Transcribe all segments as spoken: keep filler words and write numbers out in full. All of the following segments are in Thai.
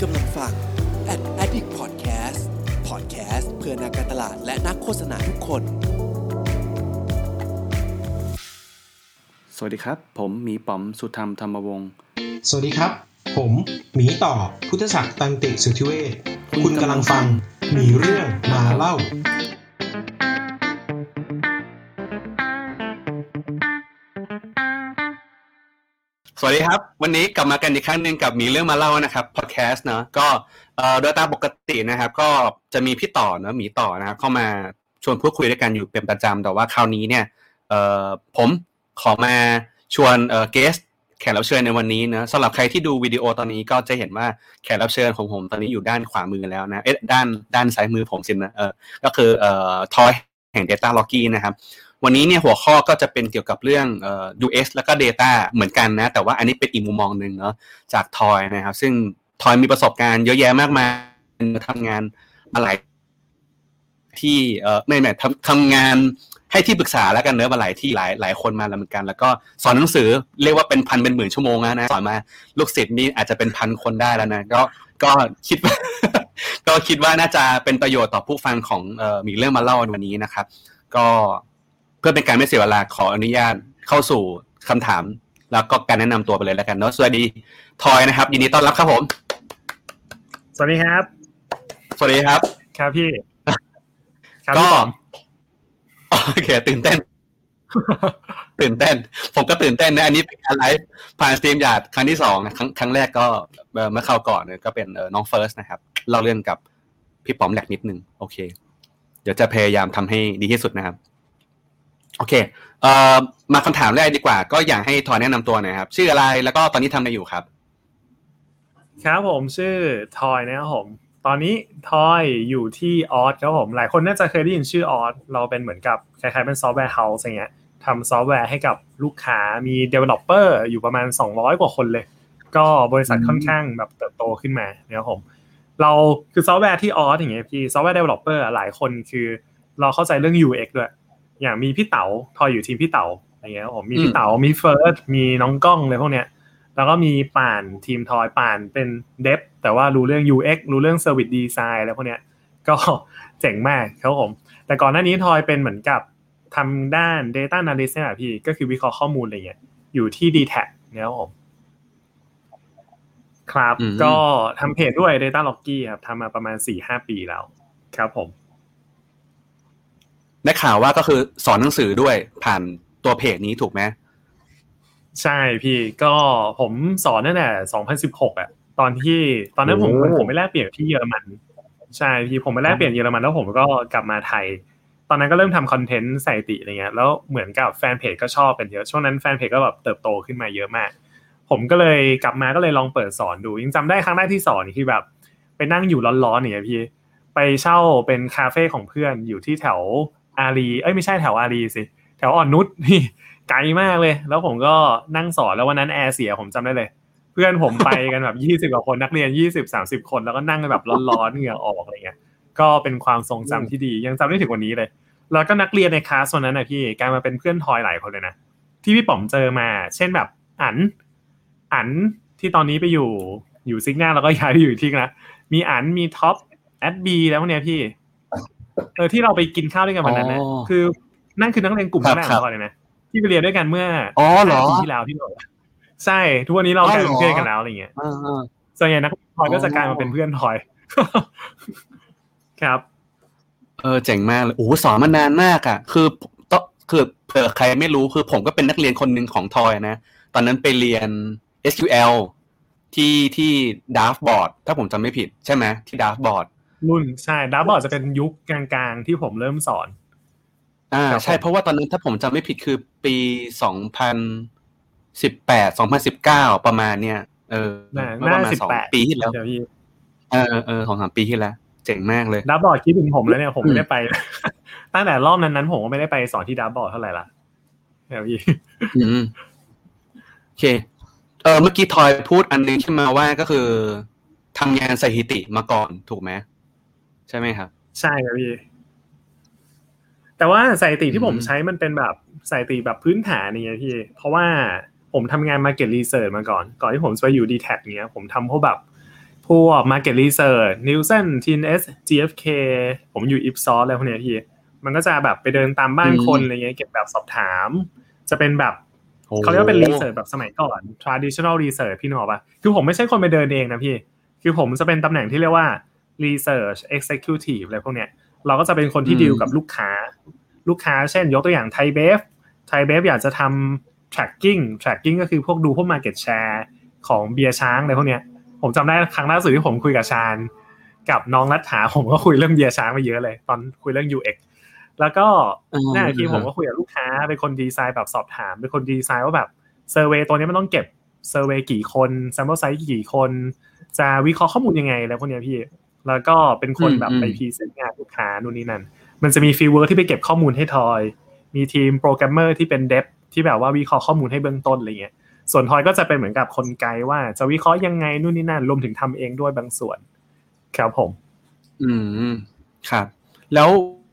กำลังฟัง Ad Addict Podcast Podcast เพื่อนักการตลาดและนักโฆษณาทุกคนสวัสดีครับผมหมีป๋อมสุธรรมธรรมวงศ์สวัสดีครับผมหมีต่อพุทธศักดิ์ตันติสุทธิเวชคุณกำลังฟังมีเรื่องมาเล่าสวัสดีครับวันนี้กลับมากันอีกครั้งนึงกับมีเรื่องมาเล่านะครับพอดแคสต์เนาะก็เอ่อโดยตามปกตินะครับก็จะมีพี่ต่อเนาะหมีต่อนะครับเข้ามาชวนพูดคุยด้วยกันอยู่เป็นประจำแต่ว่าคราวนี้เนี่ยเอ่อผมขอมาชวนเอ่อเกสแขกรับเชิญในวันนี้นะสำหรับใครที่ดูวิดีโอตอนนี้ก็จะเห็นว่าแขกรับเชิญของผมตอนนี้อยู่ด้านขวามือแล้วนะเอ๊ะด้านด้านซ้ายมือผมสินะเออก็คือเอ่อทอยแห่ง Data Logi นะครับวันนี้เนี่ยหัวข้อก็จะเป็นเกี่ยวกับเรื่องเอ่อ ยู เอ็กซ์ แล้วก็ Data เหมือนกันนะแต่ว่าอันนี้เป็นอีกมุมมองนึงเนาะจากทอยนะครับซึ่งทอยมีประสบการณ์เยอะแยะมากมายทำงานมาหลายที่เอ่อไม่ไม่ทำทำงานให้ที่ปรึกษาแล้วกันเนอะมาหลายที่หลายหลายคนมาแล้วเหมือนกันแล้วก็สอนหนังสือเรียกว่าเป็นพันเป็นหมื่นชั่วโมงนะสอนมาลูกศิษย์นี่อาจจะเป็นพันคนได้แล้วนะก็ก็คิดว่า ก็คิดว่าน่าจะเป็นประโยชน์ต่อผู้ฟังของเอ่อมีเรื่องมาเล่าวันนี้นะครับก็เพื่อเป็นการไม่เสียเวลาขออนุญาตเข้าสู่คำถามแล้วก็การแนะนำตัวไปเลยแล้วกันเนาะสวัสดีทอยนะครับยินดีต้อนรับครับผมสวัสดีครับสวัสดีครับครับพี่ก็โอเคตื่นเต้นตื่นเต้นผมก็ตื่นเต้นนะอันนี้เป็นการไลฟ์ผ่านสตรีมหยาดครั้งที่สองนะครั้งครั้งแรกก็เมื่อคราวก่อนเนี่ยก็เป็นน้องเฟิร์สนะครับเล่าเรื่องกับพี่ป๋อมแหลกนิดนึงโอเคเดี๋ยวจะพยายามทำให้ดีที่สุดนะครับโอเคเอ่อมาคำถามแรกดีกว่าก็อยากให้ทอยแนะนำตัวหน่อยครับชื่ออะไรแล้วก็ตอนนี้ทำอะไรอยู่ครับครับผมชื่อทอยนะครับผมตอนนี้ทอยอยู่ที่ออสครับผมหลายคนน่าจะเคยได้ยินชื่อออสเราเป็นเหมือนกับคล้ายๆเป็นซอฟต์แวร์เฮาส์อย่างเงี้ยทำซอฟต์แวร์ให้กับลูกค้ามี developer อยู่ประมาณสองร้อยกว่าคนเลยก็บริษัทค่อนข้างแบบเติบโตขึ้นมานะครับผมเราคือซอฟต์แวร์ที่ออสอย่างเงี้ยพี่ซอฟต์แวร์ developer หลายคนคือเราเข้าใจเรื่อง ยู เอ็กซ์ ด้วยอย่างมีพี่เต๋าทอยอยู่ทีมพี่เต๋าอย่างเงี้ยผมมีพี่เต๋ามีเฟิร์สมีน้องก้องเลยพวกเนี้ยแล้วก็มีป่านทีมทอยป่านเป็นเดฟแต่ว่ารู้เรื่อง ยู เอ็กซ์ รู้เรื่อง Service Design แล้วพวกเนี้ยก็เจ๋งมากครับผมแต่ก่อนหน้านี้ทอยเป็นเหมือนกับทำด้าน Data Analyst เนี่ยพี่ก็คือวิเคราะห์ข้อมูลอะไรเงี้ยอยู่ที่ ดี แท็ก เนี่ยครับผมครับก็ทำเพจด้วย Data Logi ครับทำมาประมาณ สี่ห้า ปีแล้วครับผมได้ข่าวว่าก็คือสอนหนังสือด้วยผ่านตัวเพจนี้ถูกไหมใช่พี่ก็ผมสอนตั้งแต่สองพันสิบหกอ่ะตอนที่ตอนนั้นผมผมไปแลกเปลี่ยนที่เยอรมันใช่พี่ผมไปแลกเปลี่ยนเยอรมันแล้วผมก็กลับมาไทยตอนนั้นก็เริ่มทำคอนเทนต์ใส่ติอะไรเงี้ยแล้วเหมือนกับแฟนเพจก็ชอบกันเยอะช่วงนั้นแฟนเพจก็แบบเติบโตขึ้นมาเยอะมากผมก็เลยกลับมาก็เลยลองเปิดสอนดูยังจำได้ครั้งแรกที่สอนคือแบบไปนั่งอยู่ร้อนๆอย่างเงี้ยพี่ไปเช่าเป็นคาเฟ่ของเพื่อนอยู่ที่แถวอารีเอ้ยไม่ใช่แถวอารีสิแถวอ่อนนุชนี่ไกลมากเลยแล้วผมก็นั่งสอนแล้ววันนั้นแอร์เสียผมจำได้เลยเพื่อนผมไปกันแบบยี่สิบกว่าคนนักเรียนยี่สิบ สามสิบคนแล้วก็นั่งกันแบบร้อนๆเหงื่อออกอะไรเงี้ยก็เป็นความทรงจำที่ดียังจำได้ถึงวันนี้เลยแล้วก็นักเรียนในคลาสวันนั้นน่ะพี่กลายมาเป็นเพื่อนทอยหลายคนเลยนะที่พี่ป๋อมเจอมาเช่นแบบอั๋นอั๋นที่ตอนนี้ไปอยู่อยู่ซิกน่าแล้วก็ย้ายไปอยู่ที่นะมีอั๋นมีท็อปแอดบีแล้วเนี่ยพี่เออที่เราไปกินข้าวด้วยกันวันนั้นนะคือนั่นคือนักเรียนกลุ่มแรกของเราเลยนะที่ไปเรียนด้วยกันเมื่ออ๋อเหรอปีที่แล้วที่เราใช่ทุกวันนี้เรากลายเป็นเพื่อนกันแล้วอะไรเงี้ยส่วนใหญ่นักทอยก็จะกลายมาเป็นเพื่อนทอยครับเออเจ๋งมากเลยโอ้สอนมานานมากอ่ะคือต้องคือเผื่อใครไม่รู้คือผมก็เป็นนักเรียนคนนึงของทอยนะตอนนั้นไปเรียน เอส คิว แอล ที่ที่ Dashboard ถ้าผมจำไม่ผิดใช่ไหมที่ Dashboard รุ่นใช่ Dashboard จะเป็นยุคกลางๆที่ผมเริ่มสอนอ่าใช่เพราะว่าตอนนั้นถ้าผมจำไม่ผิดคือปีสองพันสิบแปด สองพันสิบเก้าประมาณเนี้ยเออเมื่อประมาณสองปีที่แล้วเออเออ สองสาม ปีที่แล้วเจ๋งมากเลยดับบอร์ดคิดถึงผมแล้วเนี่ยผมไม่ได้ไปตั้งแต่รอบนั้นๆผมก็ไม่ได้ไปสอนที่ดับบอร์ดเท่าไหร่ละแล้วพี่อืมโอเคเออเมื่อกี้ทอยพูดอันนึงขึ้นมาว่าก็คือทำงานสถิติมาก่อนถูกไหมใช่ไหมครับใช่ครับพี่แต่ว่าสถิติที่ผมใช้มันเป็นแบบสถิติแบบพื้นฐานนี่ไงพี่เพราะว่าผมทำงาน Market Research มาก่อนก่อนที่ผมจะไปอยู่ ดี แท็ก เงี้ยผมทำพวกแบบพวก Market Research Nielsen ที เอ็น เอส จี เอฟ เค ผมอยู่ Ipsos อะไรพวกนี้พี่มันก็จะแบบไปเดินตามบ้านคนอะไรเงี้ยเก็บแบบสอบถามจะเป็นแบบเขาเรียกว่าเป็น research แบบสมัยก่อน traditional research พี่นึกออกป่ะคือผมไม่ใช่คนไปเดินเองนะพี่คือผมจะเป็นตำแหน่งที่เรียกว่า research executive อะไรพวกเนี้ยเราก็จะเป็นคนที่ดีลกับลูกค้าลูกค้าเช่นยกตัวอย่าง Thai Bev Thai Bev อยากจะทำ tracking tracking ก็คือพวกดูพวก market share ของเบียร์ช้างอะไรพวกเนี้ยผมจำได้ครั้งล่าสุดที่ผมคุยกับชาญกับน้องรัฐาผมก็คุยเรื่องเบียร์ช้างไปเยอะเลยตอนคุยเรื่อง ยู เอ็กซ์ แล้วก็หน้าที่ผมก็คุยกับลูกค้าเป็นคนดีไซน์แบบสอบถามเป็นคนดีไซน์ว่าแบบเซอร์เวย์ตัวนี้มันต้องเก็บเซอร์เวย์กี่คน sample size กี่คนจะวิเคราะห์ข้อมูลยังไงแล้วพวกนี้พี่แล้วก็เป็นคนแบบไปพรีเซนต์งานลูกค้านู่นนี่นั่นมันจะมีฟีลเวิร์คที่ไปเก็บข้อมูลให้ทอยมีทีมโปรแกรมเมอร์ที่เป็นเดฟที่แบบว่าวิเคราะห์ข้อมูลให้เบื้องต้นอะไรเงี้ยส่วนทอยก็จะเป็นเหมือนกับคนไกด์ว่าจะวิเคราะห์ยังไงนู่นนี่นั่นรวมถึงทำเองด้วยบางส่วนครับผมอืมครับแล้ว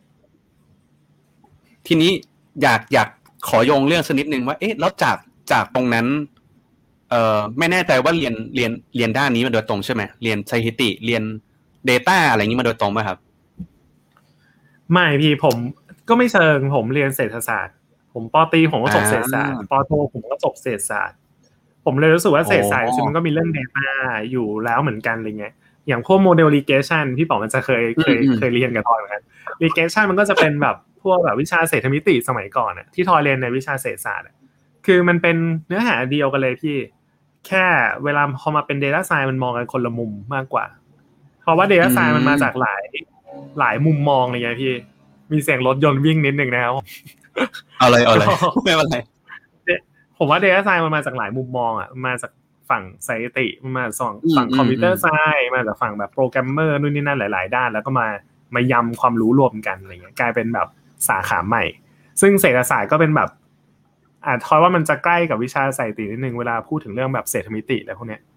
ทีนี้อยากอยากขอโยงเรื่องสักนิดนึงว่าเอ๊ะแล้วจากจากตรงนั้นเอ่อไม่แน่ใจว่าเรียนเรียนเรียนด้านนี้มาโดยตรงใช่ไหมเรียนสถิติเรียน data อะไรอย่างนี้มาโดยตรงไหมครับไม่พี่ผมก็ไม่เชิงผมเรียนเศรษฐศาสตร์ผมป.ตรีผมก็จบเศรษฐศาสตร์ป.โทผมก็จบเศรษฐศาสตร์ผมเลยรู้สึกว่าเศรษฐศาสตร์มันก็มีเรื่อง data อยู่แล้วเหมือนกันอะไรเงี้ยอย่างพวก model regression พี่ป๋องมันจะเคยเคยเคยเรียนกับทอยเหมือนกัน regression มันก็จะเป็นแบบพวกแบบวิชาเศรษฐมิติสมัยก่อนน่ะที่ทอยเรียนในวิชาเศรษฐศาสตร์คือมันเป็นเนื้อหาเดียวกันเลยพี่แค่เวลาพอมาเป็น data science มันมองกันคนละมุมมากกว่าเพราะว่า data science มันมาจากหลายหลายมุมมองอะไรเงี้ยพี่มีเสียงรถยนต์วิ่งนิดนึงนะครับเอาเลยเอาเลยไม่เป็นไรผมว่า data science มันมาจากหลายมุมมองอ่ะมาจากฝั่งสถิติมันมาจากฝั่งคอมพิวเตอร์ไซน์มาจากฝั่งแบบโปรแกรมเมอร์นู่นนี่นั่นหลายๆด้านแล้วก็มามายำความรู้รวมกันอะไรเงี้ยกลายเป็นแบบสาขาใหม่ซึ่งเศรษฐศาสตร์ก็เป็นแบบอ่ะทอยว่ามันจะใกล้กับวิชาสถิตินิดนึงเวลาพูดถึงเรื่องแบบเศรษฐมิติอะไรพวกเนี้ย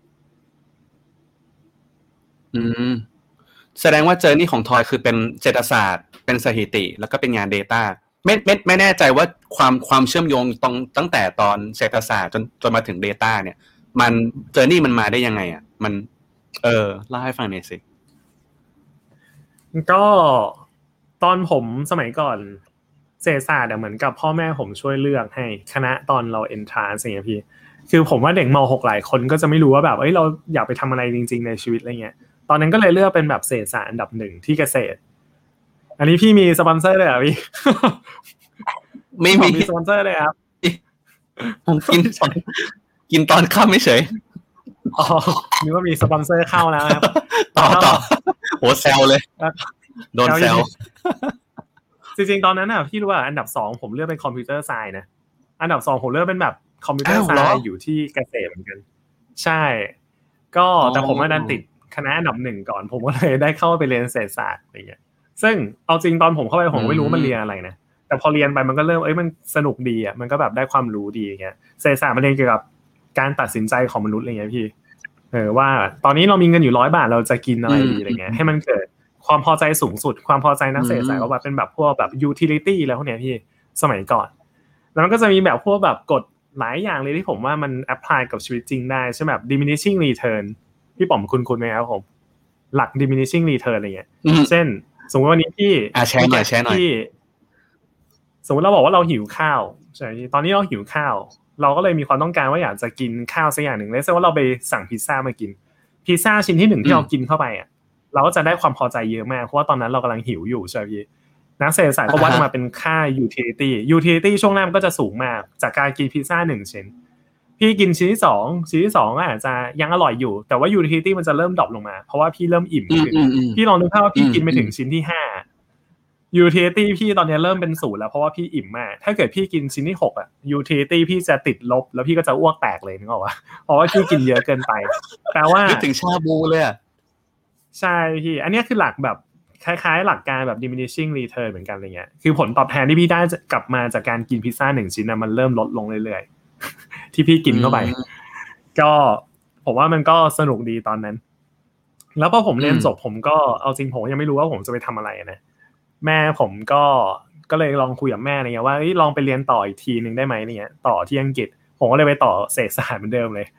อืมแสดงว่าเจอร์นี่ของทอยคือเป็นเศรษฐศาสตร์เป็นสถิติแล้วก็เป็นงาน data ไม่ไม่ไม่แน่ใจว่าความความเชื่อมโยงตรงตั้งแต่ตอนเศรษฐศาสตร์จนจนมาถึง data เนี่ยมันเจอร์นี่มันมาได้ยังไงอ่ะมันเออเล่าให้ฟังหน่อยสิก็ตอนผมสมัยก่อนเศรษฐศาสตร์เหมือนกับพ่อแม่ผมช่วยเลือกให้คณะตอนเรา entrance อย่างเงี้ยพี่คือผมว่าเด็กม.หก หลายคนก็จะไม่รู้ว่าแบบเอ้ยเราอยากไปทำอะไรจริงๆในชีวิตอะไรเงี้ยตอนนั้นก็เลยเลือกเป็นแบบเศรษฐศาสตร์อันดับหนึ่งที่เกษตรอันนี้พี่มีสปอนเซอร์เลยเหรอพี่ไม่มีสปอนเซอร์เลยครับผมกินตอนกินตอนค่ำไม่เฉยอ๋อนึกว่ามีสปอนเซอร์เข้าแล้วครับต่อต่อโหแซวเลยโดนแซวจริงๆตอนนั้นน่ะพี่รู้ว่าอันดับสองผมเลือกเป็นคอมพิวเตอร์ไซน์นะอันดับสองผมเลือกเป็นแบบคอมพิวเตอร์ไซน์อยู่ที่เกษตรเหมือนกันใช่ก็แต่ผมมาดันติดคณะอันดับหนึ่งก่อนผมก็เลยได้เข้าไปเรียนเศรษฐศาสตร์อะไรเงี้ยซึ่งเอาจริงตอนผมเข้าไปผมไม่รู้มันเรียนอะไรนะแต่พอเรียนไปมันก็เริ่มเอ้ยมันสนุกดีอ่ะมันก็แบบได้ความรู้ดีอย่างเงี้ยเศรษฐศาสตร์มันเรียนเกี่ยวกับการตัดสินใจของมนุษย์อะไรเงี้ยพี่เออว่าตอนนี้เรามีเงินอยู่ร้อยบาทเราจะกินอะไรดีอะไรเงี้ยให้มันเกิดความพอใจสูงสุดความพอใจนักเศรษฐศาสตร์ก็ว่าเป็นแบบพวกแบบ utility แล้วพวกเนี้ยพี่สมัยก่อนแล้วมันก็จะมีแบบพวกแบบกฎหลายอย่างเลยที่ผมว่ามัน apply กับชีวิตจริงได้ใช่แบบ diminishing return พี่ป๋อมคุ้นๆมั้ยครับผมหลัก diminishing return อะไรเงี้ยเช่นสมมุติวันนี้พี่อ่ะแชร์หน่อยแชร์หน่อยสมมุติเราบอกว่าเราหิวข้าวใช่ตอนนี้เราหิวข้าวเราก็เลยมีความต้องการว่าอยากจะกินข้าวสักอย่างหนึ่งเลยแสดงว่าเราไปสั่งพิซซ่ามากินพิซซ่าชิ้นที่หนึ่งที่เรากินเข้าไปอ่ะเราก็จะได้ความพอใจเยอะมากเพราะว่าตอนนั้นเรากำลังหิวอยู่ใช่พี่นักเศรษฐศาสตร์ก็วัดมาเป็นค่า utility utility ช่วงแรกมันก็จะสูงมากจากการกินพิซซ่าหนึ่งชิ้นพี่กินชิ้นที่สองชิ้นที่สองอาจจะยังอร่อยอยู่แต่ว่า utility มันจะเริ่มดรอปลงมาเพราะว่าพี่เริ่มอิ่มขึ้นพี่ลองนึกภาพว่าพี่กินไปถึงชิ้นที่ห้าutility พี่ตอนนี้เริ่มเป็นศูนย์แล้วเพราะว่าพี่อิ่มมากถ้าเกิดพี่กินชิ้นที่หกอ่ะ utility พี่จะติดลบแล้วพี่ก็จะอ้วกแตกเลยนึกออกป่ะเพราะว่าพี่กินเยอะเกินไปแปลว่านึกถึงชาบูเลยอ่ะใช่พี่อันนี้คือหลักแบบคล้ายๆหลักการแบบ diminishing return เหมือนกันอะไรเงี้ยคือผลตอบแทนที่พี่ได้กลับมาจากการกินพิซซ่าหนึ่งชิ้นน่ะมันเริ่มลดลงเรื่อยๆที่พี่กินเข้าไปก็ผมว่ามันก็สนุกดีตอนนั้นแล้วพอผมเรียนจบผมก็เอาจริงผมยังไม่รู้ว่าผมจะไปทำอะไรนะแม่ผมก็ก็เลยลองคุยกับแม่อะไรเงี้ยว่าลองไปเรียนต่ออีกทีนึงได้ไหมเนี่ยต่อที่อังกฤษผมก็เลยไปต่อเศรษฐศาสตร์เหมือนเดิมเลย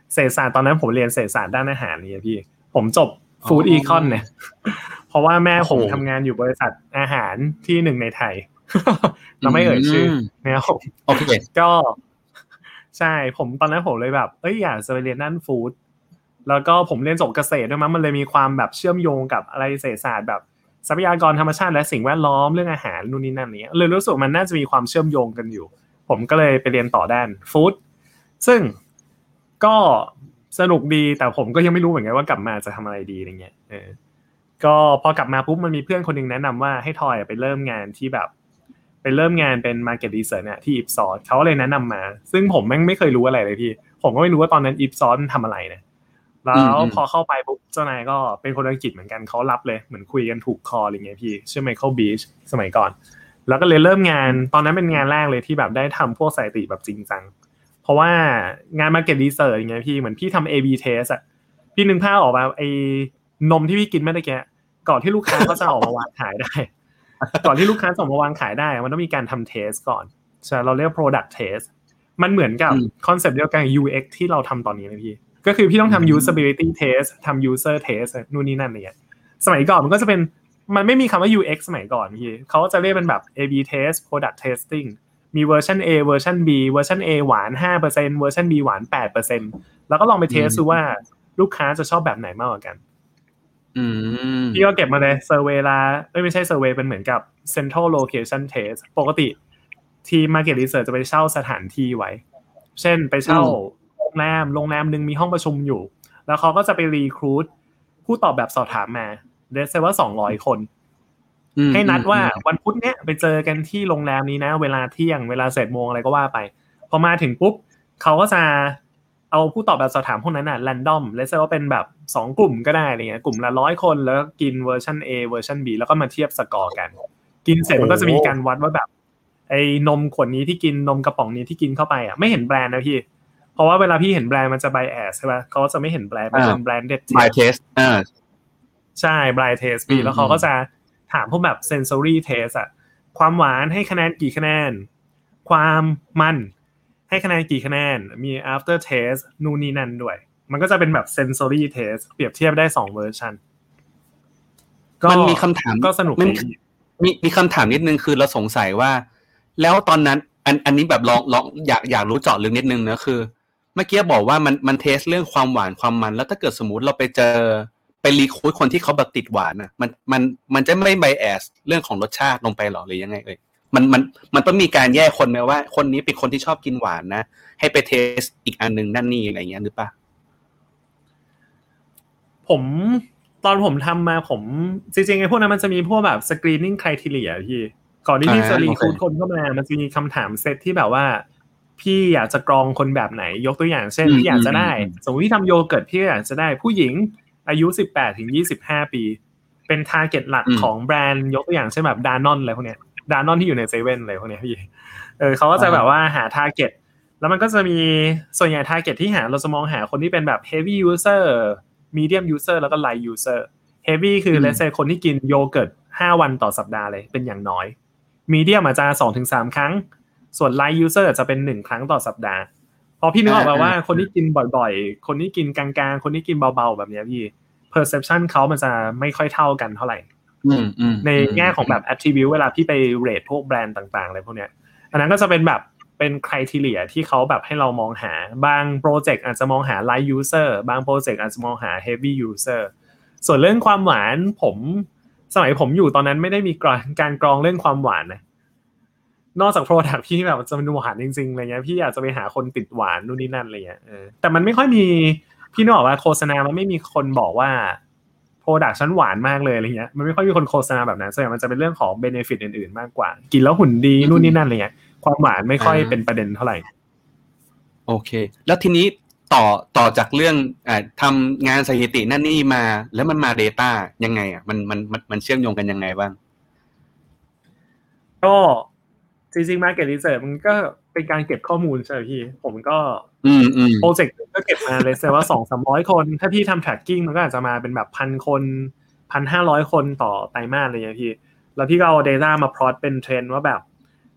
เศรษฐศาสตร์ตอนนั้นผมเรียนเศรษฐศาสตร์ด้านอาหารเนี่ยพี่ผมจบฟู้ดอีคอนเนี่ยเพราะว่าแม่ผมทำงานอยู่บริษัทอาหารที่หนึ่งในไทยเราไม่เอ่ยชื่อนะครับโอเคก็ใช่ผมตอนนั้นผมเลยแบบเอ้ยอยากจะไปเรียนด้านฟู้ดแล้วก็ผมเรียนจบเกษตรด้วยมั้ยมันเลยมีความแบบเชื่อมโยงกับอะไรเศรษฐศาสตร์แบบทรัพยากรธรรมชาติและสิ่งแวดล้อมเรื่องอาหารนู่นนี่นั่นนี้เลยรู้สึกมันน่าจะมีความเชื่อมโยงกันอยู่ผมก็เลยไปเรียนต่อด้านฟู้ดซึ่งก็สนุกดีแต่ผมก็ยังไม่รู้เหมือนกันว่ากลับมาจะทำอะไรดีอะไรเงี้ยเออก็พอกลับมาปุ๊บมันมีเพื่อนคนนึงแนะนำว่าให้ทอยไปเริ่มงานที่แบบไปเริ่มงานเป็น Market Research เนี่ยที่ Ipsos เขาเลยแนะนำมาซึ่งผมแม่งไม่เคยรู้อะไรเลยพี่ผมก็ไม่รู้ว่าตอนนั้น Ipsos ทำอะไรนะแล้วพอเข้าไปปุ๊บเจ้านายก็เป็นคนอังกฤษเหมือนกันเขารับเลยเหมือนคุยกันถูกคออะไรเงี้ยพี่ชื่อ Michael Beach สมัยก่อนแล้วก็เลยเริ่มงานตอนนั้นเป็นงานแรกเลยที่แบบได้ทำพวกสถิติแบบจริงจังเพราะว่างาน Market Research อย่างเงี้ยพี่เหมือนพี่ทำ เอ บี Test อ่ะพี่นึกภาพออกมาไอ้นมที่พี่กินเมื่อกี้ก่อนที่ลูกค้าเขาจะออกมาวางขายได้ก่อนที่ลูกค้าส่งมาวางขายได้มันต้องมีการทำ test ก่อนใช่เราเรียก product test มันเหมือนกับคอนเซ็ปต์เดียวกัน ยู เอ็กซ์ ที่เราทำตอนนี้นะพี่ก็คือพี่ต้องทำ usability test ทำ user test นู่นนี่นั่นเนี่ยสมัยก่อนมันก็จะเป็นมันไม่มีคำว่า ยู เอ็กซ์ สมัยก่อนพี่เขาจะเรียกเป็นแบบ เอ บี test product testing มีเวอร์ชัน A เวอร์ชัน B เวอร์ชัน A หวาน ห้าเปอร์เซ็นต์ เวอร์ชัน B หวาน แปดเปอร์เซ็นต์ แล้วก็ลองไปเทสดูว่าลูกค้าจะชอบแบบไหนมากกว่ากันอืมพี่ก็เก็บมาเลยเซอร์เวย์ละไม่ใช่เซอร์เวย์เป็นเหมือนกับ central location test ปกติทีม market research จะไปเช่าสถานที่ไว้เช่นไปเช่าโรงแรมโรงแรมนึงมีห้องประชุมอยู่แล้วเขาก็จะไปรีครูทผู้ตอบแบบสอบถามมาเดซว่าสองร้อยคนให้นัดว่าวันพุธเนี้ยไปเจอกันที่โรงแรมนี้นะเวลาเที่ยงเวลาเสร็จโมงอะไรก็ว่าไปพอมาถึงปุ๊บเขาก็จะเอาผู้ตอบแบบสอบถามพวกนั้นน่ะ random เลทเซว่าเป็นแบบสองกลุ่มก็ได้อะไรเงี้ยกลุ่มละหนึ่งร้อยคนแล้วกินเวอร์ชัน A เวอร์ชัน B แล้วก็มาเทียบสกอร์กันกินเสร็จมันก็จะมีการวัดว่าแบบไอ้นมขวดนี้ที่กินนมกระป๋องนี้ที่กินเข้าไปอ่ะไม่เห็นแบรนด์นะพี่เพราะว่าเวลาพี่เห็นแบรนด์มันจะ bias ใช่ป่ะเขาจะไม่เห็นแบรนด์มันเป็นแบรนด์เด็ด blind test อ่าใช่ blind test พี่แล้วเขาก็จะถามพวกแบบ sensory test อ่ะความหวานให้คะแนนกี่คะแนนความมันให้คะแนนกี่คะแนนมี after taste นู่นนี่นั่นด้วยมันก็จะเป็นแบบ sensory test เปรียบเทียบได้สองเวอร์ชันมันมีคำถามก็สนุกมีมีคำถามนิดนึงคือเราสงสัยว่าแล้วตอนนั้นอันอันนี้แบบลองลองอยากอยากรู้เจาะลึกนิดนึงนะคือเมื่อกี้บอกว่ามันมันเทสเรื่องความหวานความมันแล้วถ้าเกิดสมมุติเราไปเจอไปรีครูทคนที่เขาแบบติดหวานน่ะมันมันมันจะไม่ไบแอสเรื่องของรสชาติลงไปหรอหรือยังไงเอ่ยมันมันมันต้องมีการแยกคนไหมว่าคนนี้เป็นคนที่ชอบกินหวานนะให้ไปเทสอีกอันนึงนั่นนี่อะไรอย่างเงี้ยหรือเปล่าผมตอนผมทำมาผมจริงๆไอ้พวกนั้นมันจะมีพวกแบบ screening criteria พี่ก่อนที่พี่จะรีครูทคนเข้ามามันจะมีคำถามเซตที่แบบว่าพี่อยากจะกรองคนแบบไหนยกตัวอย่างเช่นพี่อยากจะได้สมมุติพี่ทำโยเกิร์ตพี่อยากจะได้ผู้หญิงอายุสิบแปดถึงยี่สิบห้าปีเป็นทาร์เก็ตหลักของแบรนด์ยกตัวอย่างเช่นแบบดานอนอะไรพวกเนี้ยดานอนที่อยู่ในเซเว่นอะไรพวกเนี้ยพี่เออเขาก็จะแบบว่าหาทาร์เก็ตแล้วมันก็จะมีส่วนใหญ่ทาร์เก็ตที่หาเราจะมองหาคนที่เป็นแบบ heavy user medium user แล้วก็ light user heavy คือ let's say คนที่กินโยเกิร์ตห้าวันต่อสัปดาห์เลยเป็นอย่างน้อย medium อาจจะ สองถึงสาม ครั้งส่วน light user จะเป็นหนึ่งครั้งต่อสัปดาห์พอพี่นึกออกป่ะว่าคนที่กินบ่อยๆคนที่กินกลางๆคนที่กินเบาๆแบบนี้พี่ perception เขามันจะไม่ค่อยเท่ากันเท่าไหร่ในแง่ของแบบ attribute เวลาพี่ไป rate พวกแบรนด์ต่างๆอะไรพวกเนี้ยอันนั้นก็จะเป็นแบบเป็น criteria ที่เขาแบบให้เรามองหาบางโปรเจกต์อาจจะมองหา light user บางโปรเจกต์อาจจะมองหา heavy user ส่วนเรื่องความหวานผมสมัยผมอยู่ตอนนั้นไม่ได้มีการกรองเรื่องความหวานนะนอกจาก product พี่แบบจะเป็นหวานจริงๆอะไรเงี้ยพี่อาจจะไปหาคนติดหวานนู่นนี่นั่นอะไรเงี้ยเออแต่มันไม่ค่อยมีพี่นึกออกว่าโฆษณามันไม่มีคนบอกว่า product ฉันหวานมากเลยอะไรเงี้ยมันไม่ค่อยมีคนโฆษณาแบบนั้นส่วนใหญ่มันจะเป็นเรื่องของ benefit อื่นๆมากกว่ากินแล้วหุ่นดีนู่นนี่นั่นอะไรเงี้ยความหวานไม่ค่อยเป็นประเด็นเท่าไหร่โอเคแล้วทีนี้ต่อต่อจากเรื่องอ่าทำงานสถิตินั่นนี่มาแล้วมันมา data ยังไงอ่ะมันมันมันเชื่อมโยงกันยังไงบ้างก็จริงๆ market research มันก็เป็นการเก็บข้อมูลใช่ไหมพี่ผมก็อืมอืมโปรเจกต์ก็เก็บมาเลยแสดงว่า สองถึงสามร้อย คนถ้าพี่ทำ tracking มันก็อาจจะมาเป็นแบบพันคน หนึ่งพันห้าร้อย คนต่อไตรมาสอะไรอย่างเงี้ยพี่แล้วพี่ก็เอา data มา plot เป็นเทรนด์ว่าแบบ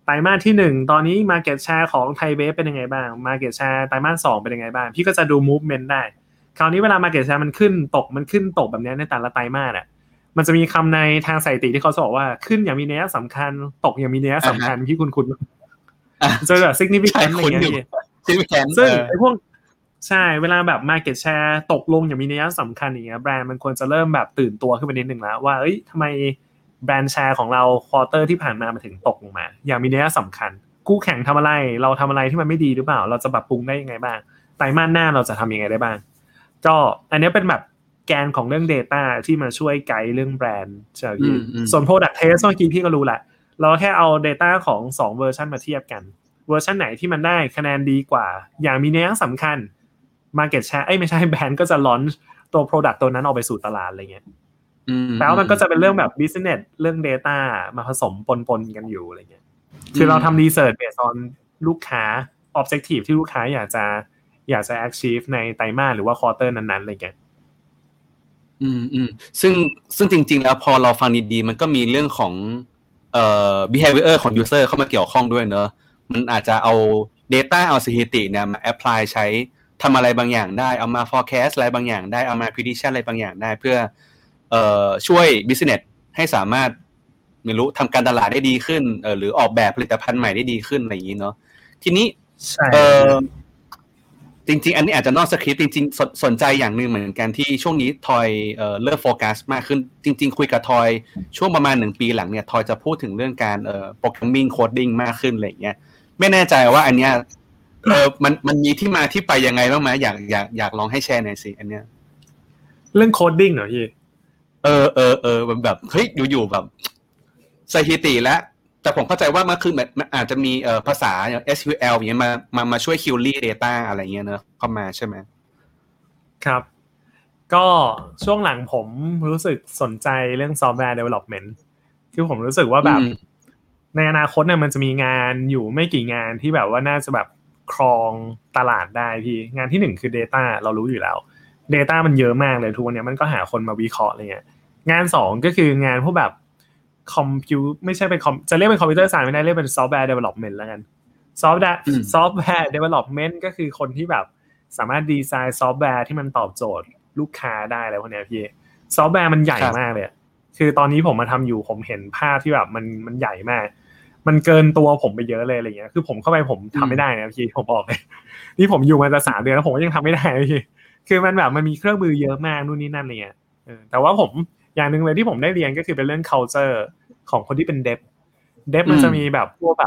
ไตรมาสที่หนึ่งตอนนี้ market share ของไทยเบฟเป็นยังไงบ้าง market share ไตรมาสสองเป็นยังไงบ้างพี่ก็จะดู movement ได้คราวนี้เวลา market share มันขึ้นตกมันขึ้นตกแบบนี้ในแต่ละไตรมาสอ่ะมันจะมีคำในทางสถิติที่เขาบอกว่าขึ้นอย่างมีนัยสำคัญตกอย่างมีนัยสำคัญพี่คุณคุณจะแบบ significant อะไรอย่างเงี้ย significant ซึ่งไอ้พวกใช่เวลาแบบ market share ตกลงอย่างมีนัยสำคัญอย่างเงี้ยแบรนด์มันควรจะเริ่มแบบตื่นตัวขึ้นไปนิดนึงแล้วว่าเอ้ยทำไมแบรนด์แชร์ของเราควอเตอร์ที่ผ่านมามันถึงตกลงมาอย่างมีนัยสำคัญคู่แข่งทำอะไรเราทำอะไรที่มันไม่ดีหรือเปล่าเราจะปรับปรุงได้ยังไงบ้างไตรมาสหน้าเราจะทำยังไงได้บ้างก็อันนี้เป็นแบบแกนของเรื่อง data ที่มาช่วยไกด์เรื่องแบรนด์ใช่พี่ส่วน product test เมื่อกี้พี่ก็รู้แหละเราแค่เอา data ของสองเวอร์ชันมาเทียบกันเวอร์ชันไหนที่มันได้คะแนนดีกว่าอย่างมีนัยสำคัญ market share เอ้ยไม่ใช่แบรนด์ก็จะ launch ตัว product ตัวนั้นออกไปสู่ตลาดอะไรเงี้ยแต่ว่ามันก็จะเป็นเรื่องแบบ business เรื่อง data มาผสมปนๆกันอยู่อะไรเงี้ยคือเราทำ research based on ลูกค้า objective ที่ลูกค้าอยากจะอยากจะ achieve ในไตรมาสหรือว่า quarter นั้นๆอะไรเงี้ยอืมอืมซึ่งซึ่งจริงๆแล้วพอเราฟังดีๆมันก็มีเรื่องของเอ่อ behavior ของ user เข้ามาเกี่ยวข้องด้วยเนอะมันอาจจะเอา data เอาสถิติเนี่ยมา apply ใช้ทำอะไรบางอย่างได้เอามา forecast อะไรบางอย่างได้เอามา prediction อะไรบางอย่างได้เพื่อเอ่อช่วย business ให้สามารถไม่รู้ทำการตลาดได้ดีขึ้นเอ่อหรือออกแบบผลิตภัณฑ์ใหม่ได้ดีขึ้นอะไรอย่างนี้เนาะทีนี้เอ่อจริงๆอันนี้อาจจะนอกสคริปต์จริงๆ ส, สนใจอย่างนึงเหมือนกันที่ช่วงนี้ทอยเอ่อเริ่มโฟกัสมากขึ้นจริงๆคุยกับทอยช่วงประมาณหนึ่งปีหลังเนี่ยทอยจะพูดถึงเรื่องการเอ่อโปรแกรมมิ่งโคดดิ้งมากขึ้นอะไรอย่างเงี้ยไม่แน่ใจว่าอันเนี้ยเออมันมันมีที่มาที่ไปยังไงบ้างมั้ยอยากอยากอยากลองให้แชร์หน่อยสิอันเนี้ยเรื่องโคดดิ้งเหรอพี่เออเออเออมันแบบเฮ้ยอยู่ๆแบบสถิติแล้วแต่ผมเข้าใจว่ามันคือมันอาจจะมีเอ่อภาษาอย่าง เอส คิว แอล อย่างเงี้ยมามามาช่วย query data อะไรเงี้ยเนอะเข้ามาใช่ไหมครับก็ช่วงหลังผมรู้สึกสนใจเรื่อง software development คือผมรู้สึกว่าแบบในอนาคตเนี่ยมันจะมีงานอยู่ไม่กี่งานที่แบบว่าน่าจะแบบครองตลาดได้พี่งานที่หนึ่งคือ data เรารู้อยู่แล้ว data มันเยอะมากเลยทุกวันนี้มันก็หาคนมาวิเคราะห์อะไรเงี้ยงานสองก็คืองานพวกแบบคอมพิวไม่ใช่เป็นคอมจะเรียกเป็นคอมพิวเตอร์ไซน์ไม่ได้เรียกเป็น software development แล้วกัน software software development ก็คือคนที่แบบสามารถดีไซน์ซอฟต์แวร์ที่มันตอบโจทย์ลูกค้าได้อะไรพวกนี้พี่ซอฟต์แวร์มันใหญ่มากเลยคือตอนนี้ผมมาทำอยู่ผมเห็นภาพที่แบบมันมันใหญ่มากมันเกินตัวผมไปเยอะเลยอะไรเงี้ยคือผมเข้าไปผมทำไม่ได้นะพี่ผมบอกเลยนี่ผมอยู่มาจะสามเดือนแล้วผมก็ยังทำไม่ได้พี่คือมันแบบมันมีเครื่องมือเยอะมากนู่นนี่นั่นอะไรเงี้ยแต่ว่าผมอย่างนึงเลยที่ผมได้เรียนก็คือเป็นเรื่อง culture ของคนที่เป็น dev dev มันจะมีแบบพวกแบบ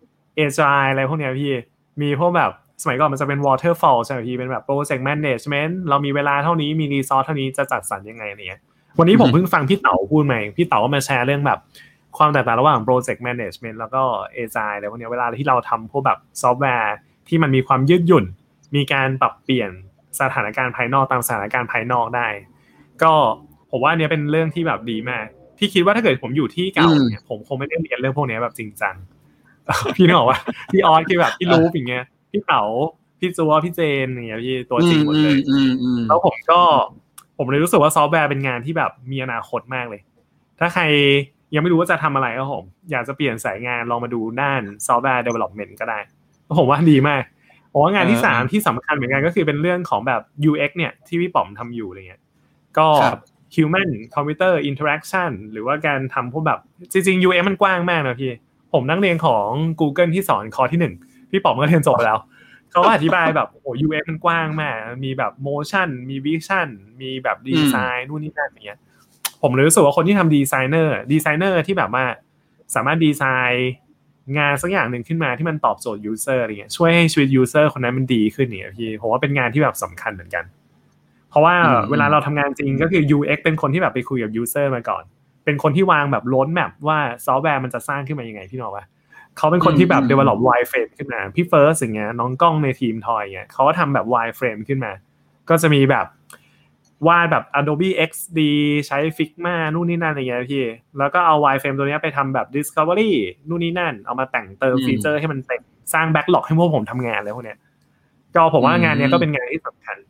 agile อะไรพวกนี้พี่มีพวกแบบสมัยก่อนมันจะเป็น waterfall ใช่ไหมพี่เป็นแบบ project management เรามีเวลาเท่านี้มี resource เท่านี้จะจัดสรรยังไงเนี่ยวันนี้ผมเพิ่งฟังพี่เต๋าพูดมาพี่เต๋าก็มาแชร์เรื่องแบบความแตกต่างระหว่าง project management แล้วก็ agile อะไรพวกนี้เวลาที่เราทำพวกแบบซอฟต์แวร์ที่มันมีความยืดหยุ่นมีการปรับเปลี่ยนสถานการณ์ภายนอกตามสถานการณ์ภายนอกได้ก็ผมว่าอันนี้เป็นเรื่องที่แบบดีมากพี่คิดว่าถ้าเกิดผมอยู่ที่เก่าเนี่ยผมคงไม่ได้เรียนเรื่องพวกนี้แบบจริงจังพี่นึกออกว่าพี่ออสคือแบบพี่รู้อย่างเงี้ยพี่เต๋าพี่จัวพี่เจนอย่างเงี้ยพี่ตัวจริงหมดเลยแล้วผมก็ผมเลยรู้สึกว่าซอฟต์แวร์เป็นงานที่แบบมีอนาคตมากเลยถ้าใครยังไม่รู้ว่าจะทำอะไรก็ผมอยากจะเปลี่ยนสายงานลองมาดูด้านซอฟต์แวร์ development ก็ได้ผมว่าดีมากเพราะว่างานที่สามที่สำคัญเหมือนกันก็คือเป็นเรื่องของแบบ ยู เอ็กซ์ เนี่ยที่พี่ป๋อมทำอยู่อะไรเงี้ยก็ human computer interaction หรือว่าการทำพวกแบบจริงๆ ยู เอ็กซ์ มันกว้างมากนะพี่ผมนั่งเรียนของ Google ที่สอนคอร์สที่หนึ่งพี่ป๋อมก็เรียนจบไปแล้วเขาอธิบายแบบโอ้ ยู เอ็กซ์ มันกว้างมากมีแบบ motion มี vision มีแบบ design นู่นนี่นั่นอย่างเงี้ยผมเลยรู้สึกว่าคนที่ทำดีไซเนอร์ดีไซเนอร์ที่แบบว่าสามารถดีไซน์งานสักอย่างหนึ่งขึ้นมาที่มันตอบโจทย์ user อะไรเงี้ยช่วยให้ชีวิต user คนนั้นมันดีขึ้นเนี่ยพี่ผมว่าเป็นงานที่แบบสำคัญเหมือนกันเพราะว่าเวลาเราทำงานจริงก็คือ ยู เอ็กซ์ เป็นคนที่แบบไปคุยกับ user มาก่อนเป็นคนที่วางแบบ road map ว่าซอฟต์แวร์มันจะสร้างขึ้นมายังไงพี่น้องวะเขาเป็นคนที่แบบ develop wireframe ขึ้นมาพี่เฟิร์สอย่างเงี้ยน้องก้องในทีมทอยเงี้ยเขาก็ทำแบบ wireframe ขึ้นมาก็จะมีแบบวาดแบบ Adobe เอ็กซ์ ดี ใช้ Figma นู่นนี่นั่นอะไรเงี้ยพี่แล้วก็เอา wireframe ตัวนี้ไปทำแบบ discovery นู่นนี่นั่นเอามาแต่งเติมฟีเจอร์ให้มันเต็มสร้าง backlog ให้พวกผมทำงานอะไรพวกเนี้ยก็ผมว่างานนี้ก็เป็นงานที่สำคัญ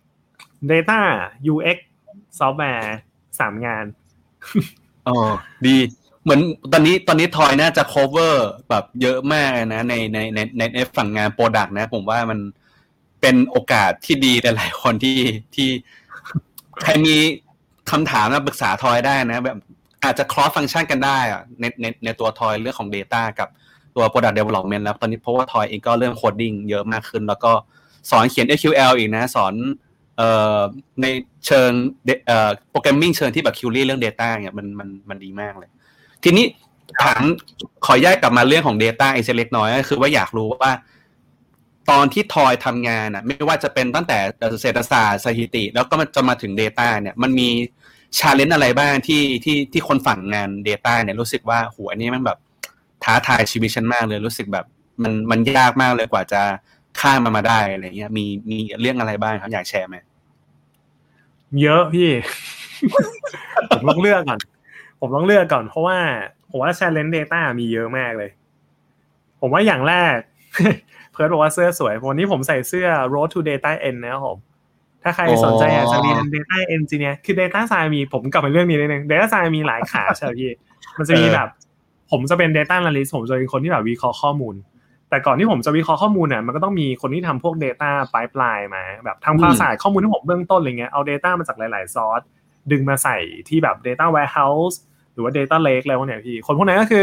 data ยู เอ็กซ์ software สามงานอ๋อดีเหมือนตอนนี้ตอนนี้ทอยน่าจะ cover แบบเยอะมากนะในในในในในฝั่งงาน product นะผมว่ามันเป็นโอกาสที่ดีแต่หลายคนที่ที่ใครมีคำถามมาปรึกษาทอยได้นะแบบอาจจะ cross function กันได้อะในในในตัวทอยเรื่องของ data กับตัว product development แล้วตอนนี้เพราะว่าทอยเองก็เริ่ม coding เยอะมากขึ้นแล้วก็สอนเขียน เอส คิว แอล อีกนะสอนเอ่อในเชิงเอ่อโปรแกรมมิ่งเชิงที่แบบ query เรื่อง data เนี่ยมันมันมันดีมากเลยทีนี้ถามขอแยกกลับมาเรื่องของ data อีกเล็กน้อยก็คือว่าอยากรู้ว่าตอนที่ทอยทำงานน่ะไม่ว่าจะเป็นตั้งแต่เศรษฐศาสตร์สถิติแล้วก็มันจะมาถึง data เนี่ยมันมี challenge อะไรบ้างที่ที่ที่คนฝั่งงาน data เนี่ยรู้สึกว่าโหอันนี้มันแบบท้าทายชีวิตฉันมากเลยรู้สึกแบบมันมันยากมากเลยกว่าจะข้ามมันมาได้อะไรเงี้ยมีมีเรื่องอะไรบ้างครับอยากแชร์ไหมเยอะพี่ ผมต้องเลือกก่อนผมต้องเลือกก่อนเพราะว่าผมว่า challenge data มีเยอะมากเลยผมว่าอย่างแรก เพิร์ทบอกว่าเสื้อสวยวันนี้ผมใส่เสื้อ road to data end นะครับผมถ้าใครสนใจอยากจะเรียน data engineer คือ data science มีผมกลับมาเรื่องนี้นิดนึง data science มีหลายขาใช่ไหมพี่มันจะมีแบบผมจะเป็น data analyst ผมจะเป็นคนที่แบบวิเคราะห์ข้อมูลแต่ก่อนที่ผมจะวิเคราะห์ข้อมูลเนี่ยมันก็ต้องมีคนที่ทำพวก data pipeline มาแบบทำความสะอาดข้อมูลทั้งหมดเบื้องต้นอะไรเงี้ยเอา data มาจากหลายๆซอร์สดึงมาใส่ที่แบบ data warehouse หรือว่า data lake อะไรพวกเนี้ยพี่คนพวกนั้นก็คือ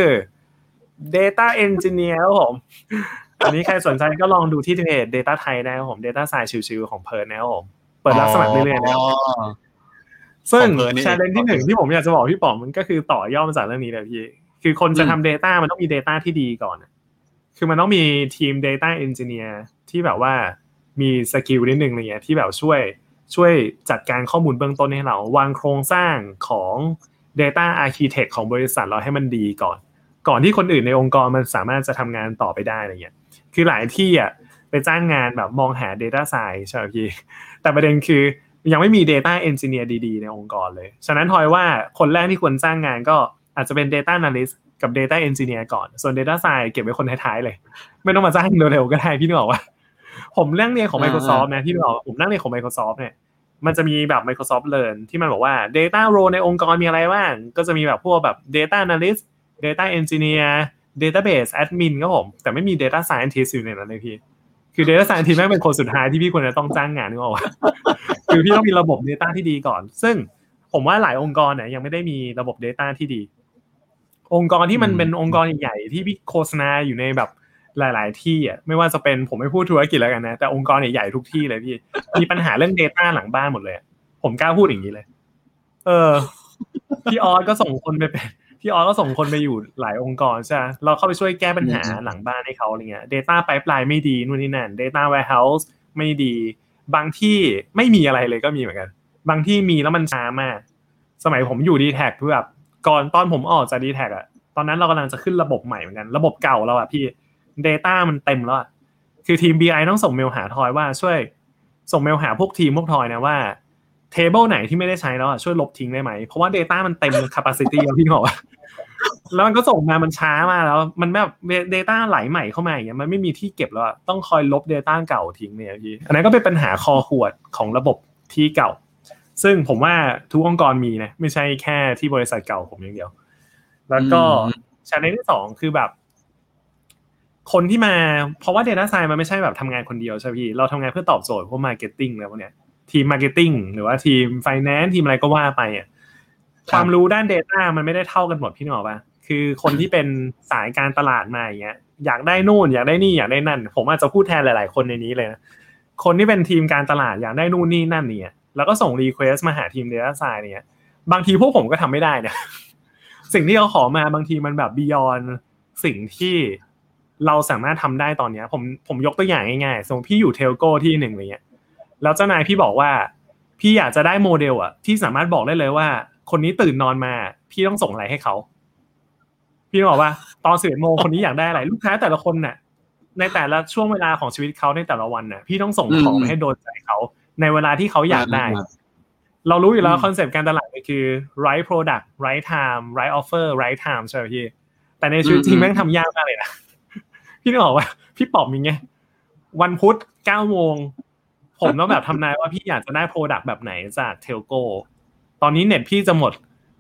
data engineer ครับผมอันนี้ใครสนใจก็ลองดูที่เพจ data ไทยได้ครับผม data science ชิวๆของเพิร์ทนะครับผมเปิดรับสมัครเรื่อยๆนะครับซึ่ง challenge ที่หนึ่งที่ผมอยากจะบอกพี่ป๋อมมันก็คือต่อยอดมาจากเรื่องนี้เลยพี่คือคนจะทำ data มันต้องมี data ที่ดีก่อนคือมันต้องมีทีม data engineer ที่แบบว่ามีสกิลนิดนึงอะไรเงี้ยที่แบบช่วยช่วยจัดการข้อมูลเบื้องต้นให้เราวางโครงสร้างของ data architect ของบริษัทเราให้มันดีก่อนก่อนที่คนอื่นในองค์กรมันสามารถจะทำงานต่อไปได้อะไรเงี้ยคือหลายที่อ่ะไปจ้างงานแบบมองหา data science ใช่ไหมพี่แต่ประเด็นคือยังไม่มี data engineer ดีๆในองค์กรเลยฉะนั้นทอยว่าคนแรกที่ควรจ้างงานก็อาจจะเป็น data analyst กับ data engineer ก่อนส่วน data science เก็บไว้คนท้ายๆเลยไม่ต้องมาจ้างเร็วๆก็ได้พี่นึกออกว่าผมเรื่องเรียนของ Microsoft นะพี่นึกออกผมนั่งเรียนของ Microsoft เนี่ยมันจะมีแบบ Microsoft Learn ที่มันบอกว่า data role ในองค์กรมีอะไรบ้างก็จะมีแบบพวกแบบ data analyst data engineer database admin ครับผมแต่ไม่มี data scientist อยู่ในนั้นเลยพี่คือ data scientist แม่งเป็นคนสุดท้ายที่พี่ควรจะต้องจ้างงานนึกออกว่าคือพี่ต้องมีระบบ data ที่ดีก่อนซึ่งผมว่าหลายองค์กรเนี่ยยังไม่ได้มีระบบ data ที่ดีองค์กรที่มันเป็นองค์กรใหญ่ๆที่พี่โฆษณาอยู่ในแบบหลายๆที่อ่ะไม่ว่าจะเป็นผมไม่พูดธุรกิจแล้วกันนะแต่องค์กรใหญ่ๆทุกที่เลยพี่มีปัญหาเรื่อง data หลังบ้านหมดเลยผมกล้าพูดอย่างนี้เลยเออพี่ออสก็ส่งคนไปเป็นพี่ออสก็ส่งคนไปอยู่หลายองค์กรใช่เราเข้าไปช่วยแก้ปัญหาหลังบ้านให้เขาอะไรเงี้ย data pipeline ไม่ดีนู่นนี่นั่น data warehouse ไม่ดีบางที่ไม่มีอะไรเลยก็มีเหมือนกันบางที่มีแล้วมันช้ามากสมัยผมอยู่ ดี แท็ก คือแบบก่อนตอนผมออกจาก ดี แท็ก อ่ะตอนนั้นเรากำลังจะขึ้นระบบใหม่เหมือนกันระบบเก่าเราอ่ะพี่ data มันเต็มแล้วคือทีม บี ไอ ต้องส่งเมลหาทอยว่าช่วยส่งเมลหาพวกทีมพวกทอยนะว่า table ไหนที่ไม่ได้ใช้แล้วอ่ะช่วยลบทิ้งได้ไหมเพราะว่า data มันเต็ม capacity แล้วพี่บอกว่าแล้วมันก็ส่งมามันช้ามาแล้วมันแบบ data ไหลใหม่เข้ามาอย่างเงี้ยมันไม่มีที่เก็บแล้วต้องคอยลบ data เก่าทิ้งเนี่ยพี่อันนั้นก็เป็นปัญหาคอขวดของระบบที่เก่าซึ่งผมว่าทุกองค์กรมีนะไม่ใช่แค่ที่บริษัทเก่าผมอย่างเดียวแล้วก็challengeที่สองคือแบบคนที่มาเพราะว่า data science มันไม่ใช่แบบทำงานคนเดียวใช่พี่เราทำงานเพื่อตอบโจทย์พวก marketing แล้วพวกเนี้ยทีม marketing หรือว่าทีม finance ทีมอะไรก็ว่าไปอ่ะความรู้ด้าน data มันไม่ได้เท่ากันหมดพี่นึกออกป่ะคือคนที่เป็นสายการตลาดมาอย่างเงี้ยอยากได้นู่นอยากได้นี่อยากได้นั่นผมอาจจะพูดแทนหลายๆคนในนี้เลยนะคนที่เป็นทีมการตลาดอยากได้นู่นนี่นั่นเนี่ยแล้วก็ส่ง request มาหาทีม data science เนี่ยบางทีพวกผมก็ทำไม่ได้เนี่ยสิ่งที่เขาขอมาบางทีมันแบบ beyond สิ่งที่เราสามารถทำได้ตอนนี้ผมผมยกตัวอย่างง่ายๆสมมติพี่อยู่เทลโก้ที่หนึ่งอะไรเงี้ยแล้วเจ้านายพี่บอกว่าพี่อยากจะได้โมเดลอ่ะที่สามารถบอกได้เลยว่าคนนี้ตื่นนอนมาพี่ต้องส่งอะไรให้เขาพี่บอกว่าตอนสิบเอ็ดโมงคนนี้อยากได้อะไรลูกค้าแต่ละคนน่ะในแต่ละช่วงเวลาของชีวิตเขาในแต่ละวันน่ะพี่ต้องส่งของให้โดนใจเขาในเวลาที่เขาอยากได้เรารู้อยู่แล้วคอนเซปต์การตลาดมันคือ right product right time right offer right time ใช่ไหมพี่แต่ในชีวิตจริงแม่งทำยากมากเลยนะพี่นึกออกว่าพี่ป๋อมอย่างเงี้ยวันพุธเก้าโมงผมต้องแบบทำนายว่าพี่อยากจะได้ product แบบไหนจากเทลโก้ตอนนี้เน็ตพี่จะหมด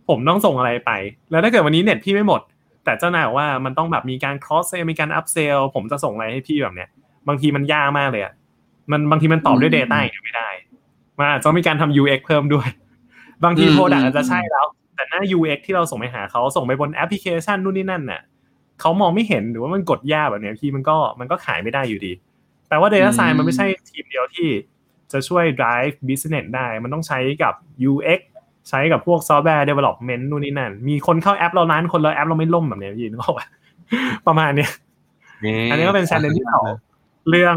ผมต้องส่งอะไรไปแล้วถ้าเกิดวันนี้เน็ตพี่ไม่หมดแต่เจ้านายบอกว่ามันต้องแบบมีการ cross sell มีการ up sell ผมจะส่งอะไรให้พี่แบบเนี้ยบางทีมันยากมากเลยอ่ะมันบางทีมันตอบด้วย data อย่างเดียวไม่ได้มันอาจจะมีการทำ ยู เอ็กซ์ เพิ่มด้วยบางที product อาจจะใช่แล้วแต่หน้า ยู เอ็กซ์ ที่เราส่งไปหาเขาส่งไปบนแอปพลิเคชันนู่นนี่นั่นน่ะเขามองไม่เห็นหรือว่ามันกดยากแบบเนี้ยพี่มันก็มันก็ขายไม่ได้อยู่ดีแปลว่า data science มันไม่ใช่ทีมเดียวที่จะช่วย drive business ได้มันต้องใช้กับ ยู เอ็กซ์ ใช้กับพวก software development นู่นนี่นั่นมีคนเข้าแอปเราล้านคนแล้วแอปเราไม่ล่มแบบเนี้ยพี่นึกออกป่ะประมาณเนี้ยอันนี้ก็เป็น challenge ที่สองเรื่อง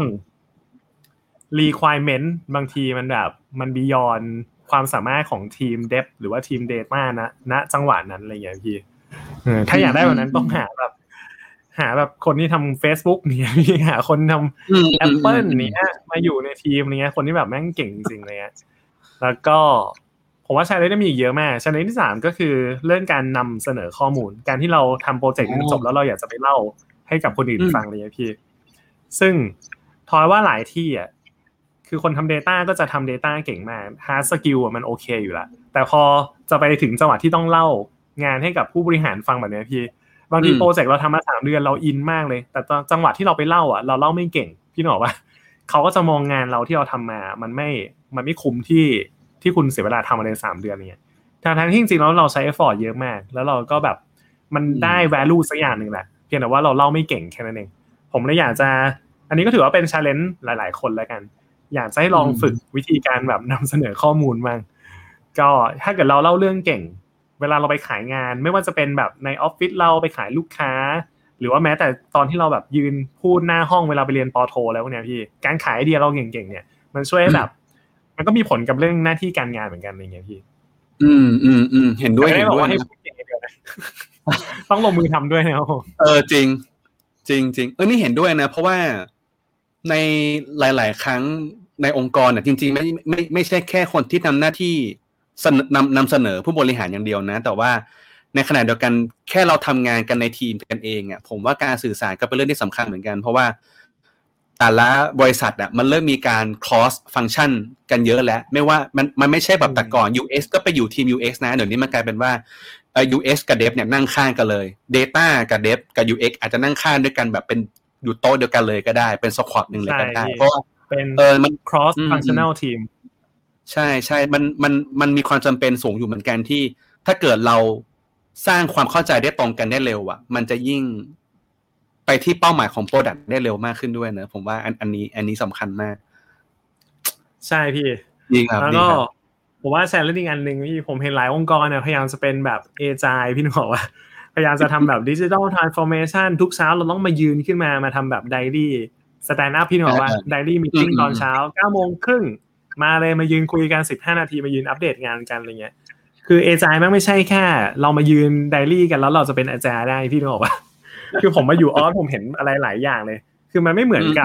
requirement บางทีมันแบบมัน beyond ความสามารถของทีม dev หรือว่าทีม data นะณจังหวะนั้นอะไรอย่างเงี้ยพี่ถ้าอยากได้แบบนั้นต้องหาแบบหาแบบคนที่ทำ Facebook เนี่ยพี่หาคนทำ Apple เนี่ยมาอยู่ในทีมเนี้ยคนที่แบบแม่งเก่งจริงๆเลยอ่ะแล้วก็ผมว่า challenge มีอีกเยอะมาก challenge ที่สามก็คือเรื่องการนำเสนอข้อมูลการที่เราทำโปรเจกต์นึงจบแล้วเราอยากจะไปเล่าให้กับคนอื่นฟังเลยพี่ซึ่งทอยว่าหลายที่อ่ะคือคนทำ data ก็จะทำ data เก่งมาก hard skill อ่ะมันโอเคอยู่ละแต่พอจะไปถึงจังหวะที่ต้องเล่างานให้กับผู้บริหารฟังแบบนี้พี่บางทีโปรเจกต์เราทำมาสามเดือนเราอินมากเลยแต่จังหวะที่เราไปเล่าอ่ะเราเล่าไม่เก่งพี่บอกว่าเขาก็จะมองงานเราที่เราทำมามันไม่มันไม่คุ้มที่ที่คุณเสียเวลาทำมาในสามเดือนเนี่ยทั้งๆที่จริงๆแล้วเราใช้ effort เยอะมากแล้วเราก็แบบมันได้ value สักอย่างนึงแหละเพียงแต่ว่าเราเล่าไม่เก่งแค่นั้นเองผมเลยอยากจะอันนี้ก็ถือว่าเป็น challenge หลายๆคนแล้วกันอยากจะให้ลองฝึกวิธีการแบบนำเสนอข้อมูลบ้างก็ถ้าเกิดเราเล่าเรื่องเก่งเวลาเราไปขายงานไม่ว่าจะเป็นแบบในออฟฟิศเราไปขายลูกค้าหรือว่าแม้แต่ตอนที่เราแบบยืนพูดหน้าห้องเวลาไปเรียนปโทแล้วเนี่ยพี่การขายไอเดียเราเก่งๆเนี่ยมันช่วยให้แบบมันก็มีผลกับเรื่องหน้าที่การงานเหมือนกันอะไรเงี้ยพี่อืมอืมอืมเห็นด้วยเห็นด้วยให้พูดเก่งเดียวนะต้องลงมือทำด้วยนะครับเออจริงจริงจริงเออนี่เห็นด้วยนะเพราะว่าในหลายๆครั้งในองค์กรเนี่ยจริงๆไม่ไม่ไม่ใช่แค่คนที่ทำหน้าที่นำนำเสนอผู้บริหารอย่างเดียวนะแต่ว่าในขณะเดียวกันแค่เราทำงานกันในทีมกันเองอ่ะผมว่าการสื่อสารก็เป็นเรื่องที่สำคัญเหมือนกันเพราะว่าแต่ละบริษัทอ่ะมันเริ่มมีการ cross function กันเยอะแล้วไม่ว่ามันมันไม่ใช่แบบแต่ก่อน ยู เอ็กซ์ ก็ไปอยู่ทีม ยู เอ็กซ์ นะเดี๋ยวนี้มันกลายเป็นว่าเอ่อ ยู เอ็กซ์ กับ Dev เนี่ยนั่งข้างกันเลย Data กับ Dev กับ ยู เอ็กซ์ อาจจะนั่งข้างด้วยกันแบบเป็นอยู่โต๊ะเดียวกันเลยก็ได้เป็น squad นึงเลยก็ได้เพราะว่าเป็นเออมัน cross functional team ใช่ใช่มันมันมันมีความจำเป็นสูงอยู่เหมือนกันที่ถ้าเกิดเราสร้างความเข้าใจได้ตรงกันได้เร็วอ่ะมันจะยิ่งไปที่เป้าหมายของ product ได้เร็วมากขึ้นด้วยนะผมว่าอันอันนี้อันนี้สำคัญมากใช่พี่จริงครับแล้วก็ผมว่าแชร์เรื่องอีกอันนึงที่ผมเห็นหลายองค์กรเนี่ยพยายามจะเป็นแบบ agile พี่นึกออกว่าพยายามจะทำแบบ digital transformation ทุกเช้าเราต้องมายืนขึ้นมามาทำแบบ diary stand up พี่นึกออกว่า diary meeting ตอนเช้า เก้าโมงครึ่งมาเลยมายืนคุยกันสิบห้านาทีมายืนอัปเดตงานกันอะไรเงี้ยคือ agile มันไม่ใช่แค่เรามายืน diary กันแล้วเราจะเป็น agile ได้พี่นึกออกป่ะคือผมมาอยู่ออสผมเห็นอะไรหลายอย่างเลยคือมันไม่เหมือนกับ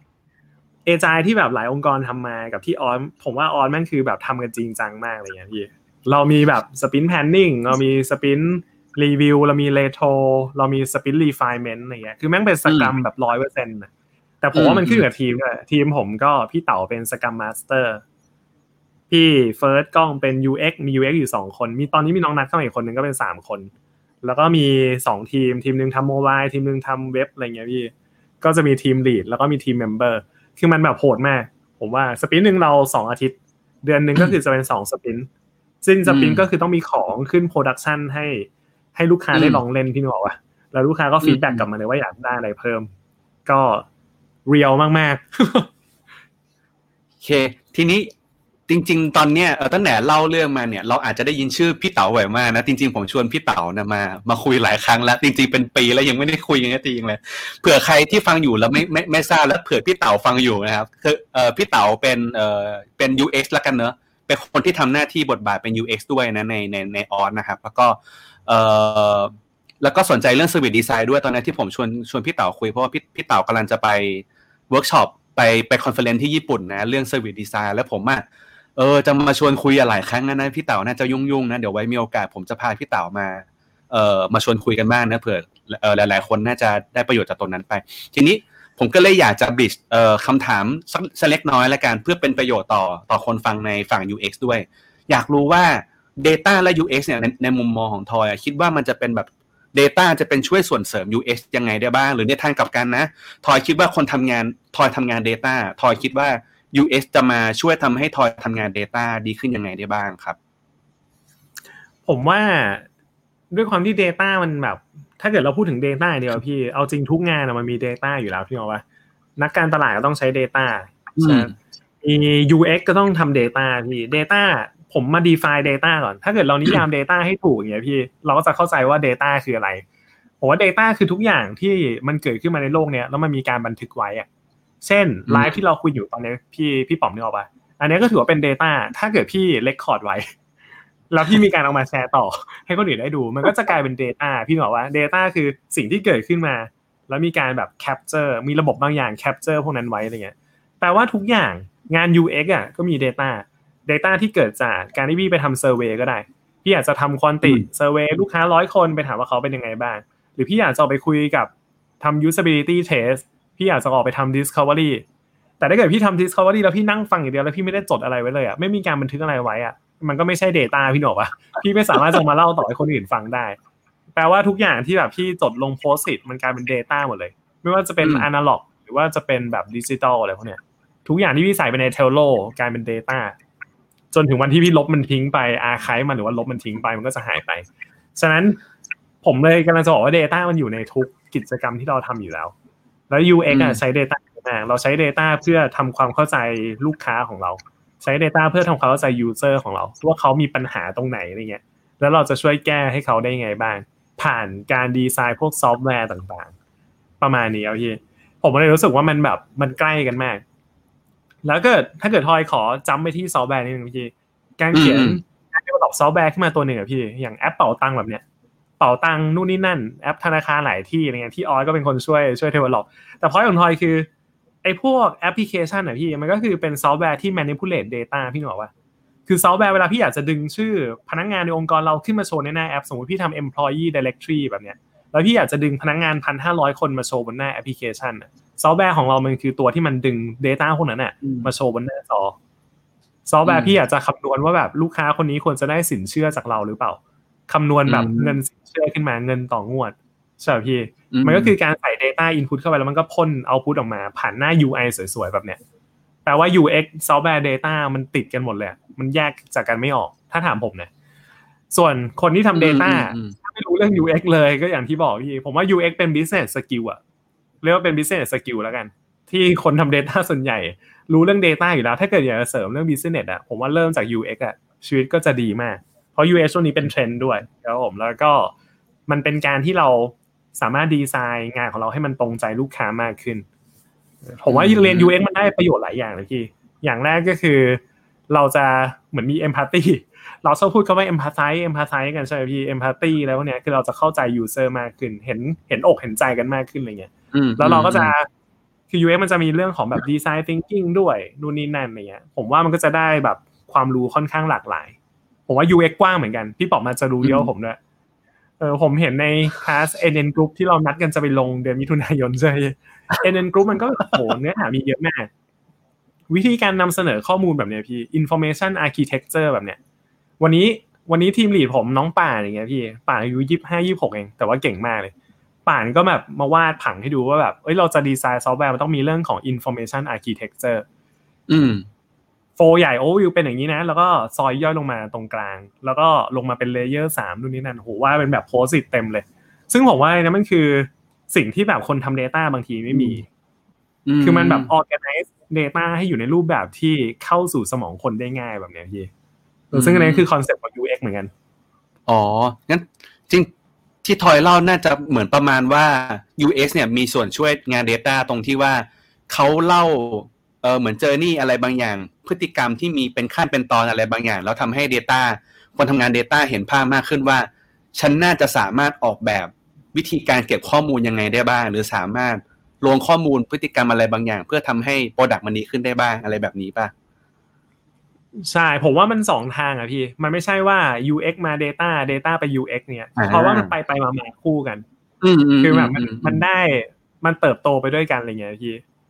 agile ที่แบบหลายองค์กรทำมากับที่ออสผมว่าออสมันคือแบบทำกันจริงจังมากอะไรเงี้ยพี่เรามีแบบ sprint planning เรามี sprint review เรามี retro เรามี sprint refinement อะไรเงี้ยคือแม่งเป็นสกรัมแบบ หนึ่งร้อยเปอร์เซ็นต์ นะแต่ผมว่ามันขึ้นกับทีมด้วยทีมผมก็พี่เต๋าเป็นสกรัมมาสเตอร์พี่เฟิร์สก้องเป็น ยู เอ็กซ์ มี ยู เอ็กซ์ อยู่สองคนมีตอนนี้มีน้องนัทเข้ามาอีกคนนึงก็เป็นสามคนแล้วก็มีสองทีมทีมนึงทำโมบายทีมนึงทำเว็บอะไรเงี้ยพี่ก็จะมีทีมลีดแล้วก็มีทีมเมมเบอร์คือมันแบบโหดมากผมว่าสปรินต์นึงเราสองอาทิตย์เดือนนึงก็คือจะเป็นสองสปรินต์ซึ่งสปรินต์ก็คือต้องมีของขึ้นโปรดักชันให้ให้ลูกค้าได้ลองเล่นพี่นึกออกป่ะแล้วลูกค้าก็ฟีดแบ็กกลับมาเลยว่าอยากได้อะไรเพิ่มก็เรียลมากๆโอเคทีนี้จริงๆตอนเนี้ยเออตั้งแต่เล่าเรื่องมาเนี่ยเราอาจจะได้ยินชื่อพี่เต๋าบ่อยมากนะจริงๆผมชวนพี่เต๋านะมามาคุยหลายครั้งแล้วจริงๆเป็นปีแล้วยังไม่ได้คุยกันจริงๆเลยเผื่อใครที่ฟังอยู่แล้วไม่ไม่ไม่ทราบแล้วเผื่อพี่เต๋าฟังอยู่นะครับคือเอ่อพี่เต๋าเป็นเอ่อเป็น ยู เอ็กซ์ ละกันเนอะเป็นคนที่ทำหน้าที่บทบาทเป็น ยู เอ็กซ์ ด้วยนะในในในออสนะครับแล้วก็เอ่อแล้วก็สนใจเรื่อง Service Design ด้วยตอนนั้นที่ผมชวนชวนพี่เต๋าคุยเพราะว่าพี่พี่เต๋ากำลังจะไปเวิร์คช็อปไปไปคอนเฟอเรนซ์ที่ญี่ปุ่นนะเรื่อง Service Design แล้วผมอ่ะเออจะมาชวนคุยหลายครั้งนะพี่เต๋าน่าจะยุ่งๆนะเดี๋ยวไว้มีโอกาสผมจะพาพี่เต๋ามาเอ่อมาชวนคุยกันบ้างนะเผื่อเอ่อหลายๆคนน่าจะได้ประโยชน์จากตรงนั้นไปทีนี้ผมก็เลยอยากจะบริดจ์เอ่อคำถามสักเล็กน้อยละกันเพื่อเป็นประโยชน์ต่อต่อคนฟังในฝั่ง ยู เอ็กซ์ ด้วยอยากรู้ว่า data และ ยู เอ็กซ์ เนี่ยในในมุมมองของทอยคิดว่ามันจะเป็นแบบ data จะเป็นช่วยส่วนเสริม ยู เอ็กซ์ ยังไงได้บ้างหรือในทางกลับกันนะทอยคิดว่าคนทำงานทอยทำงาน data ทอยคิดว่า ยู เอ็กซ์ จะมาช่วยทำให้ทอยทำงาน data ดีขึ้นยังไงได้บ้างครับผมว่าด้วยความที่ data มันแบบถ้าเกิดเราพูดถึง data เดียวพี่เอาจริงทุกงานมันมี data อยู่แล้วพี่บอกว่านักการตลาดก็ต้องใช้ data ใช่มี ยู เอ็กซ์ ก็ต้องทำ data พี่ data ผมมา define data ก่อนถ้าเกิดเรานิยาม data ให้ถูกอย่างเงี้ยพี่เราก็จะเข้าใจว่า data คืออะไรผมว่า data คือทุกอย่างที่มันเกิดขึ้นมาในโลกเนี้ยแล้วมันมีการบันทึกไว้อะเช่นไลฟ์ที่เราคุยอยู่ตอนนี้พี่พี่ป๋อมนึกออกป่ะอันนี้ก็ถือว่าเป็น data ถ้าเกิดพี่ record ไว้แล้วพี่มีการเอามาแชร์ต่อให้คนอื่นได้ดูมันก็จะกลายเป็น data พี่บอกว่า data คือสิ่งที่เกิดขึ้นมาแล้วมีการแบบ capture มีระบบบางอย่าง capture พวกนั้นไว้อะไรเงี้ยแปลว่าทุกอย่างงาน ยู เอ็กซ์ อ่ะก็มี data data ที่เกิดจากการที่พี่ไปทำ survey ก็ได้พี่อาจจะทำ quanti survey ลูกค้าร้อยคนไปถามว่าเขาเป็นยังไงบ้างหรือพี่อยากจะไปคุยกับทำ usability test พี่อยากจะออกไปทำ discovery แต่ถ้าเกิดพี่ทำ discovery แล้วพี่นั่งฟังอย่างเดียวแล้วพี่ไม่ได้จดอะไรไว้เลยอ่ะไม่มีการบันทึกอะไรไว้อ่ะมันก็ไม่ใช่ data พี่หนอกอ่ะพี่ไม่สามารถจะมาเล่าต่อให้คนอื่นฟังได้แปลว่าทุกอย่างที่แบบพี่จดลง post-it มันกลายเป็น data หมดเลยไม่ว่าจะเป็น analog หรือว่าจะเป็นแบบ digital อะไรพวกเนี้ยทุกอย่างที่พี่ใส่ไปใน Trello กลายเป็น data จนถึงวันที่พี่ลบมันทิ้งไป archive มันหรือว่าลบมันทิ้งไปมันก็จะหายไปฉะนั้นผมเลยกำลังจะบอกว่า data มันอยู่ในทุกกิจกรรมที่เราทำอยู่แล้วแล้ว ยู เอ็กซ์ อ่ะใช้ data มากเราใช้ data เพื่อทำความเข้าใจลูกค้าของเราใช้ data เพื่อทำความเข้าใจ user ของเราว่าเขามีปัญหาตรงไหนอะไรเงี้ยแล้วเราจะช่วยแก้ให้เขาได้ยังไงบ้างผ่านการดีไซน์พวกซอฟต์แวร์ต่างๆประมาณนี้เอาพี่ผมเลยรู้สึกว่ามันแบบมันใกล้กันมากแล้วก็ถ้าเกิดทอยขอจำไปที่ซอฟต์แวร์นิดนึงพี่การเขียนการ develop ซอฟต์แวร์ขึ้นมาตัวหนึ่งอ่ะพี่อย่างแอปเป๋าตังค์แบบเนี้ยเป๋าตังค์นู่นนี่นั่นแอปธนาคารหลายที่อะไรเงี้ยที่ออยก็เป็นคนช่วยช่วย develop แต่พอยของทอยคือไอ้พวกแอปพลิเคชันอ่ะพี่มันก็คือเป็นซอฟต์แวร์ที่ manipulate data พี่บอกว่าคือซอฟต์แวร์เวลาพี่อยากจะดึงชื่อพนักงานในองค์กรเราขึ้นมาโชว์ในหน้าแอปสมมุติพี่ทำ employee directory แบบเนี้ยแล้วพี่อยากจะดึงพนักงาน หนึ่งพันห้าร้อย คนมาโชว์บนหน้าแอปพลิเคชันน่ะซอฟต์แวร์ของเรามันคือตัวที่มันดึง data พวกนั้นน่ะมาโชว์บนหน้าจอซอฟต์แวร์พี่อยากจะคำนวณว่าแบบลูกค้าคนนี้ควรจะได้สินเชื่อจากเราหรือเปล่าคำนวณแบบเงินสินเชื่อขึ้นมาเงินต่องวดใช่ป่ะพี่มันก็คือการใส่ data input เข้าไปแล้วมันก็พ่น output ออกมาผ่านหน้า ยู ไอ สวยๆแบบเนี้ยแปลว่า ยู เอ็กซ์ software data มันติดกันหมดเลยมันแยกจากกันไม่ออกถ้าถามผมนะส่วนคนที่ทำ data ถ้าไม่รู้เรื่อง ยู เอ็กซ์ เลยก็อย่างที่บอกพี่ผมว่า ยู เอ็กซ์ เป็น business skill อะเรียกว่าเป็น business skill แล้วกันที่คนทำ data ส่วนใหญ่รู้เรื่อง data อยู่แล้วถ้าเกิดอยากจะเสริมเรื่อง business อะผมว่าเริ่มจาก ยู เอ็กซ์ อะชีวิตก็จะดีมากเพราะ ยู เอ็กซ์ ช่วงนี้เป็นเทรนด์ด้วยครับผมแล้วก็มันเป็นการที่เราสามารถดีไซน์งานของเราให้มันตรงใจลูกค้ามากขึ้นผมว่าเรียน ยู เอ็กซ์ มันได้ประโยชน์หลายอย่างเลยพี่อย่างแรกก็คือเราจะเหมือนมี empathy เราชอบพูดคำว่า empathize empathize กันใช่ไหมพี่ empathy แล้วเนี่ยคือเราจะเข้าใจ user มากขึ้นเห็นเห็นอกเห็นใจกันมากขึ้นอะไรเงี้ยแล้วเราก็จะคือ ยู เอ็กซ์ มันจะมีเรื่องของแบบ design thinking ด้วยนู่นนี่นั่นอะไรเงี้ยผมว่ามันก็จะได้แบบความรู้ค่อนข้างหลากหลายผมว่า ยู เอ็กซ์ กว้างเหมือนกันพี่ป๋อมมาจะรู้เยอะผมด้วยเออผมเห็นในคลาส เอ็น เอ็น Group ที่เรานัดกันจะไปลงเดือนมิถุนายนใช่ไหม เอ็น เอ็น Group มันก็โหเนื้อหามีเยอะมากวิธีการนำเสนอข้อมูลแบบเนี้ยพี่ information architecture แบบเนี้ยวันนี้วันนี้ทีมลีดผมน้องป่านอย่างเงี้ยพี่ป่านอายุยี่สิบห้า ยี่สิบหกเองแต่ว่าเก่งมากเลยป่านก็แบบมาวาดผังให้ดูว่าแบบเอ้ยเราจะดีไซน์ซอฟต์แวร์มันต้องมีเรื่องของ information architecture อืมโฟใหญ่โอวิวเป็นอย่างนี้นะแล้วก็ซอยย่อยลงมาตรงกลางแล้วก็ลงมาเป็นเลเยอร์สามนู่นนี่นั่นโหว่าเป็นแบบโพสต์เต็มเลยซึ่งผมว่านะมันคือสิ่งที่แบบคนทำ data บางทีไม่มีคือมันแบบ organize data ให้อยู่ในรูปแบบที่เข้าสู่สมองคนได้ง่ายแบบเนี้ยพี่ซึ่งอันนี้คือคอนเซ็ปต์ของ ยู เอ็กซ์ เหมือนกันอ๋องั้นจริงที่ทอยเล่าน่าจะเหมือนประมาณว่า ยู เอ็กซ์ เนี่ยมีส่วนช่วยงาน data ตรงที่ว่าเขาเล่าเออเหมือนเจอร์นี่อะไรบางอย่างพฤติกรรมที่มีเป็นขั้นเป็นตอนอะไรบางอย่างแล้วทำให้ data คนทำงาน data เห็นภาพมากขึ้นว่าฉันน่าจะสามารถออกแบบวิธีการเก็บข้อมูลยังไงได้บ้างหรือสามารถลงข้อมูลพฤติกรรมอะไรบางอย่างเพื่อทำให้ product มันดีขึ้นได้บ้างอะไรแบบนี้ป่ะใช่ผมว่ามันสองทางอ่ะพี่มันไม่ใช่ว่า ยู เอ็กซ์ มา data data ไป ยู เอ็กซ์ เนี่ยเพราะว่ามันไปไปมาๆคู่กันคือแบบมันมันได้มันเติบโตไปด้วยกันอะไรเงี้ยพี่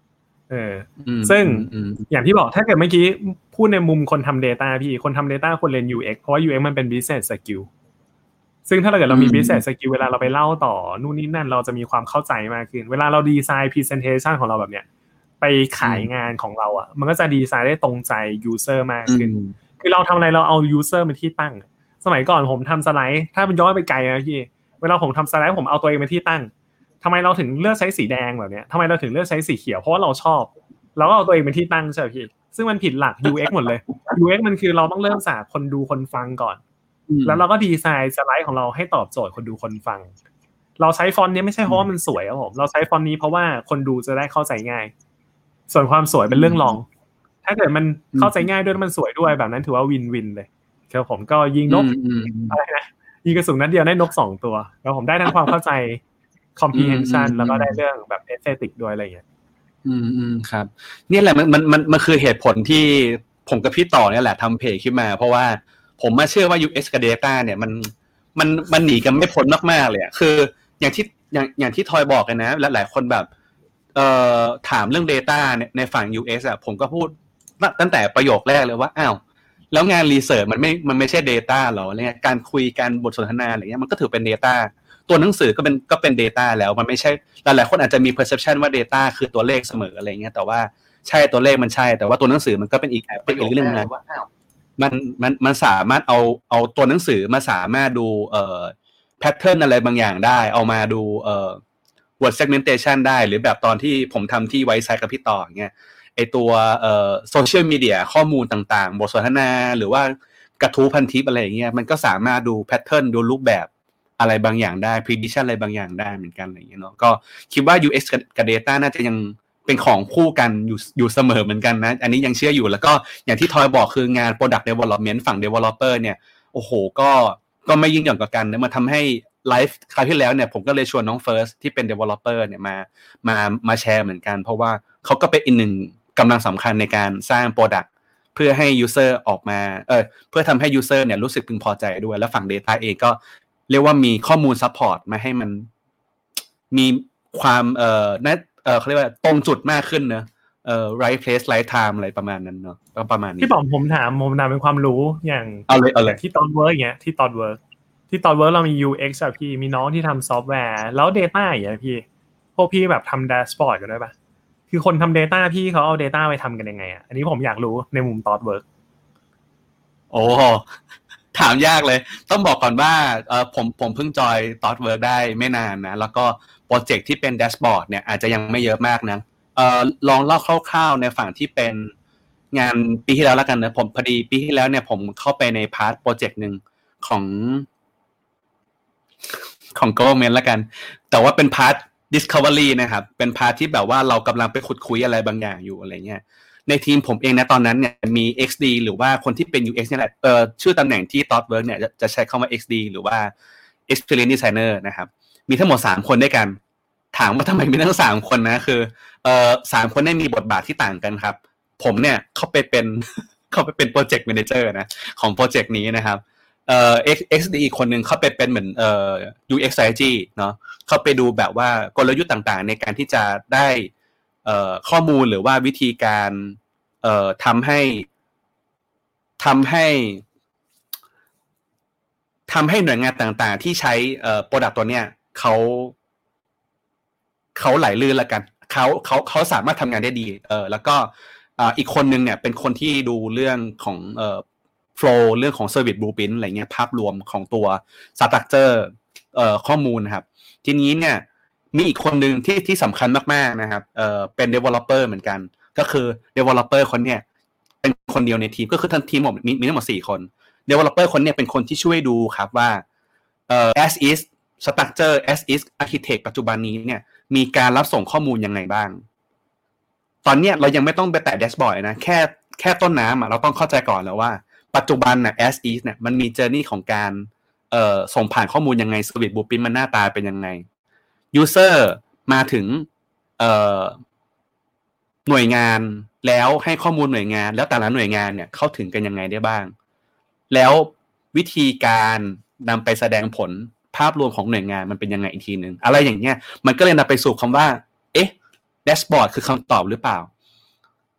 เออซึ่งอย่างที่บอกถ้าเกิดเมื่อกี้พูดในมุมคนทำ data พี่คนทำ data ควรเรียน ยู เอ็กซ์ เพราะว่า ยู เอ็กซ์ มันเป็น business skill ซึ่งถ้าเกิดเรามี business skill เวลาเราไปเล่าต่อนู่นนี่นั่นเราจะมีความเข้าใจมากขึ้นเวลาเราดีไซน์ presentation ของเราแบบเนี้ยไปขายงานของเราอ่ะมันก็จะดีไซน์ได้ตรงใจ user มากขึ้นคือเราทำอะไรเราเอา user เป็นที่ตั้งสมัยก่อนผมทำสไลด์ถ้ามันย้อนไปไกลนะพี่เวลาผมทำสไลด์ผมเอาตัวเองเป็นที่ตั้งทำไมเราถึงเลือกใช้สีแดงแบบเนี้ยทำไมเราถึงเลือกใช้สีเขียวเพราะว่าเราชอบเราก็เอาตัวเองเป็นที่ตั้งใช่ไหมพี่ซึ่งมันผิดหลัก ยู เอ็กซ์ หมดเลย ยู เอ็กซ์ มันคือเราต้องเริ่มจากคนดูคนฟังก่อนแล้วเราก็ดีไซน์สไลด์ของเราให้ตอบโจทย์คนดูคนฟังเราใช้ฟอนต์นี้ไม่ใช่เพราะว่ามันสวยครับผมเราใช้ฟอนต์นี้เพราะว่าคนดูจะได้เข้าใจง่ายส่วนความสวยเป็นเรื่องรองถ้าเกิดมันเข้าใจง่ายด้วยมันสวยด้วยแบบนั้นถือว่าวินวินเลยครับผมก็ยิงนกอะไรนะยิงกระสุนนัดเดียวได้นกสองตัวแล้วผมได้ทั้งความเข้าใจ comprehension แล้วก็ได้เรื่องแบบ aesthetic ด้วยอะไรอย่างเงี้ยอืมอืมครับนี่แหละมันมันมันมันคือเหตุผลที่ผมกับพี่ต่อเนี่ยแหละทำเพจขึ้นมาเพราะว่าผมมาเชื่อว่า ยู เอ็กซ์ กับ data เนี่ยมันมันมันหนีกันไม่พ้นมากๆเลยอ่ะคืออย่างที่อย่างอย่างที่ทอยบอกกันนะและหลายคนแบบเอ่อถามเรื่อง data เนี่ยในฝั่ง ยู เอ็กซ์ อ่ะผมก็พูดตั้งแต่ประโยคแรกเลยว่าอ้าวแล้วงานรีเสิร์ชมันไม่มันไม่ใช่ data หรออะไรเงี้ยการคุยการบทสนทนาอะไรเงี้ยมันก็ถือเป็น data ตัวหนังสือก็เป็นก็เป็น data แล้วมันไม่ใช่หลายๆคนอาจจะมี perception ว่า data คือตัวเลขเสมออะไรเงี้ยแต่ว่าใช่ตัวเลขมันใช่แต่ว่าตัวหนังสือมันก็เป็นอีกเป็นอีกเรื่องนึงว่าอ้าวมันมันมันสามารถเอาเอาตัวหนังสือมาสามารถดูเอ่อ pattern อะไรบางอย่างได้เอามาดูเอ่อ word segmentation ได้หรือแบบตอนที่ผมทำที่ไวซ์ไซต์กับพี่ต่ออย่างเงี้ยไอตัวเอ่อโซเชียลมีเดียข้อมูลต่างๆบทสนทนาหรือว่ากระทู้พันทิปอะไรอย่างเงี้ยมันก็สามารถดูแพทเทิร์นดูรูปแบบอะไรบางอย่างได้ prediction อะไรบางอย่างได้เหมือนกันอะไรอย่างเงี้ยเนาะก็คิดว่า ยู เอ็กซ์ กับ data น่าจะยังเป็นของคู่กันอยู่อยู่เสมอเหมือนกันนะอันนี้ยังเชื่ออยู่แล้วก็อย่างที่ทอยบอกคืองาน product development ฝั่ง developer เนี่ยโอ้โหก็ก็ไม่ยิ่งหย่อนกว่ากันนะมาทำให้ไลฟ์คราวที่แล้วเนี่ยผมก็เลยชวนน้องเฟิร์สที่เป็น developer เนี่ยมามามาแชร์เหมือนกันเพราะว่าเขาก็เป็นอีกหนึ่งกำลังสำคัญในการสร้าง product เพื่อให้ user ออกมาเออเพื่อทำให้ user เนี่ยรู้สึกพึงพอใจด้วยแล้วฝั่ง data เองก็เรียกว่ามีข้อมูล support มาให้มันมีความเอ่อนั่นเอ่อเขาเรียกว่าตรงจุดมากขึ้นเนอะเอ่อ right place right time อะไรประมาณนั้นเนาะก็ประมาณนี้ที่บอกผมถามผมถามเป็นความรู้อย่างเอาเลยเอาเลยที่ตอนเวิร์กอย่างเงี้ยที่ตอนเวิร์กที่ตอนเวิร์กเรามี ยู เอ็กซ์ อ่ะพี่มีน้องที่ทำซอฟต์แวร์แล้ว data อย่างเงี้ยพี่พวกพี่แบบทำ dashboard กันด้วยป่ะคือคนทำ data พี่เขาเอา data ไปทำกันยังไงอ่ะอันนี้ผมอยากรู้ในมุมตอนเวิร์กโอ้ถามยากเลยต้องบอกก่อนว่าเออผมผมเพิ่งจอย ThoughtWork ได้ไม่นานนะแล้วก็โปรเจกต์ที่เป็นแดชบอร์ดเนี่ยอาจจะยังไม่เยอะมากนะเอ่อลองเล่าคร่าวๆในฝั่งที่เป็นงานปีที่แล้วแล้วกันนะผมพอดีปีที่แล้วเนี่ยผมเข้าไปในพาร์ทโปรเจกต์นึงของของ government แล้วกันแต่ว่าเป็นพาร์ท discovery นะครับเป็นพาร์ทที่แบบว่าเรากำลังไปขุดคุยอะไรบางอย่างอยู่อะไรเงี้ยในทีมผมเองนะตอนนั้นเนี่ยมี เอ็กซ์ ดี หรือว่าคนที่เป็น ยู เอ็กซ์ เนี่ยแหละเอ่อชื่อตำแหน่งที่ ThoughtWork เนี่ยจะใช้คำว่า เอ็กซ์ ดี หรือว่า Experience Designer นะครับมีทั้งหมดสามคนด้วยกันถามว่าทำไมมีทั้งสามคนนะคือเอ่อสามคนเนี่ยมีบทบาทที่ต่างกันครับผมเนี่ยเข้าไปเป็นเข้าไปเป็น Project Manager นะของโปรเจกต์นี้นะครับเอ่อ เอ็กซ์ ดี อีกคนนึงเข้าไปเป็นเหมือนเอ่อ ยู เอ็กซ์ Strategy เนาะเข้าไปดูแบบว่ากลยุทธ์ต่างๆในการที่จะได้เอ่อข้อมูลหรือว่าวิธีการเอ่อทำให้ทำให้ทำให้หน่วยงานต่างๆที่ใช้เอ่อ product ตัวเนี้ยเขาเขาไหลลื่นละกันเขาเขาเขาสามารถทำงานได้ดีเออแล้วก็อ่าอีกคนนึงเนี่ยเป็นคนที่ดูเรื่องของเอ่อ flow เรื่องของ service blueprint อะไรเงี้ยภาพรวมของตัว structure เอ่อข้อมูลนะครับทีนี้เนี่ยมีอีกคนนึงที่ที่สำคัญมากๆนะครับเอ่อเป็น developer เหมือนกันก็คือ developer คนเนี่ยเป็นคนเดียวในทีมก็คือทั้งทีมผมมีมีทั้งหมดสี่คน developer คนเนี่ยเป็นคนที่ช่วยดูครับว่าเอ่อ as is structure as is architect ปัจจุบันนี้เนี่ยมีการรับส่งข้อมูลยังไงบ้างตอนเนี้ยเรายังไม่ต้องไปแตะแดชบอร์ดนะแค่แค่ต้นน้ำอ่ะเราต้องเข้าใจก่อนแล้วว่าปัจจุบันน่ะ as is เนี่ยมันมี journey ของการเอ่อส่งผ่านข้อมูลยังไง service blueprint มันหน้าตาเป็นยังไง user มาถึงเอ่อหน่วยงานแล้วให้ข้อมูลหน่วยงานแล้วแต่ละหน่วยงานเนี่ยเข้าถึงกันยังไงได้บ้างแล้ววิธีการนำไปแสดงผลภาพรวมของหน่วยงานมันเป็นยังไงอีกทีนึงอะไรอย่างเงี้ยมันก็เลยนำไปสู่คำว่าเอ๊ะแดชบอร์ดคือคำตอบหรือเปล่า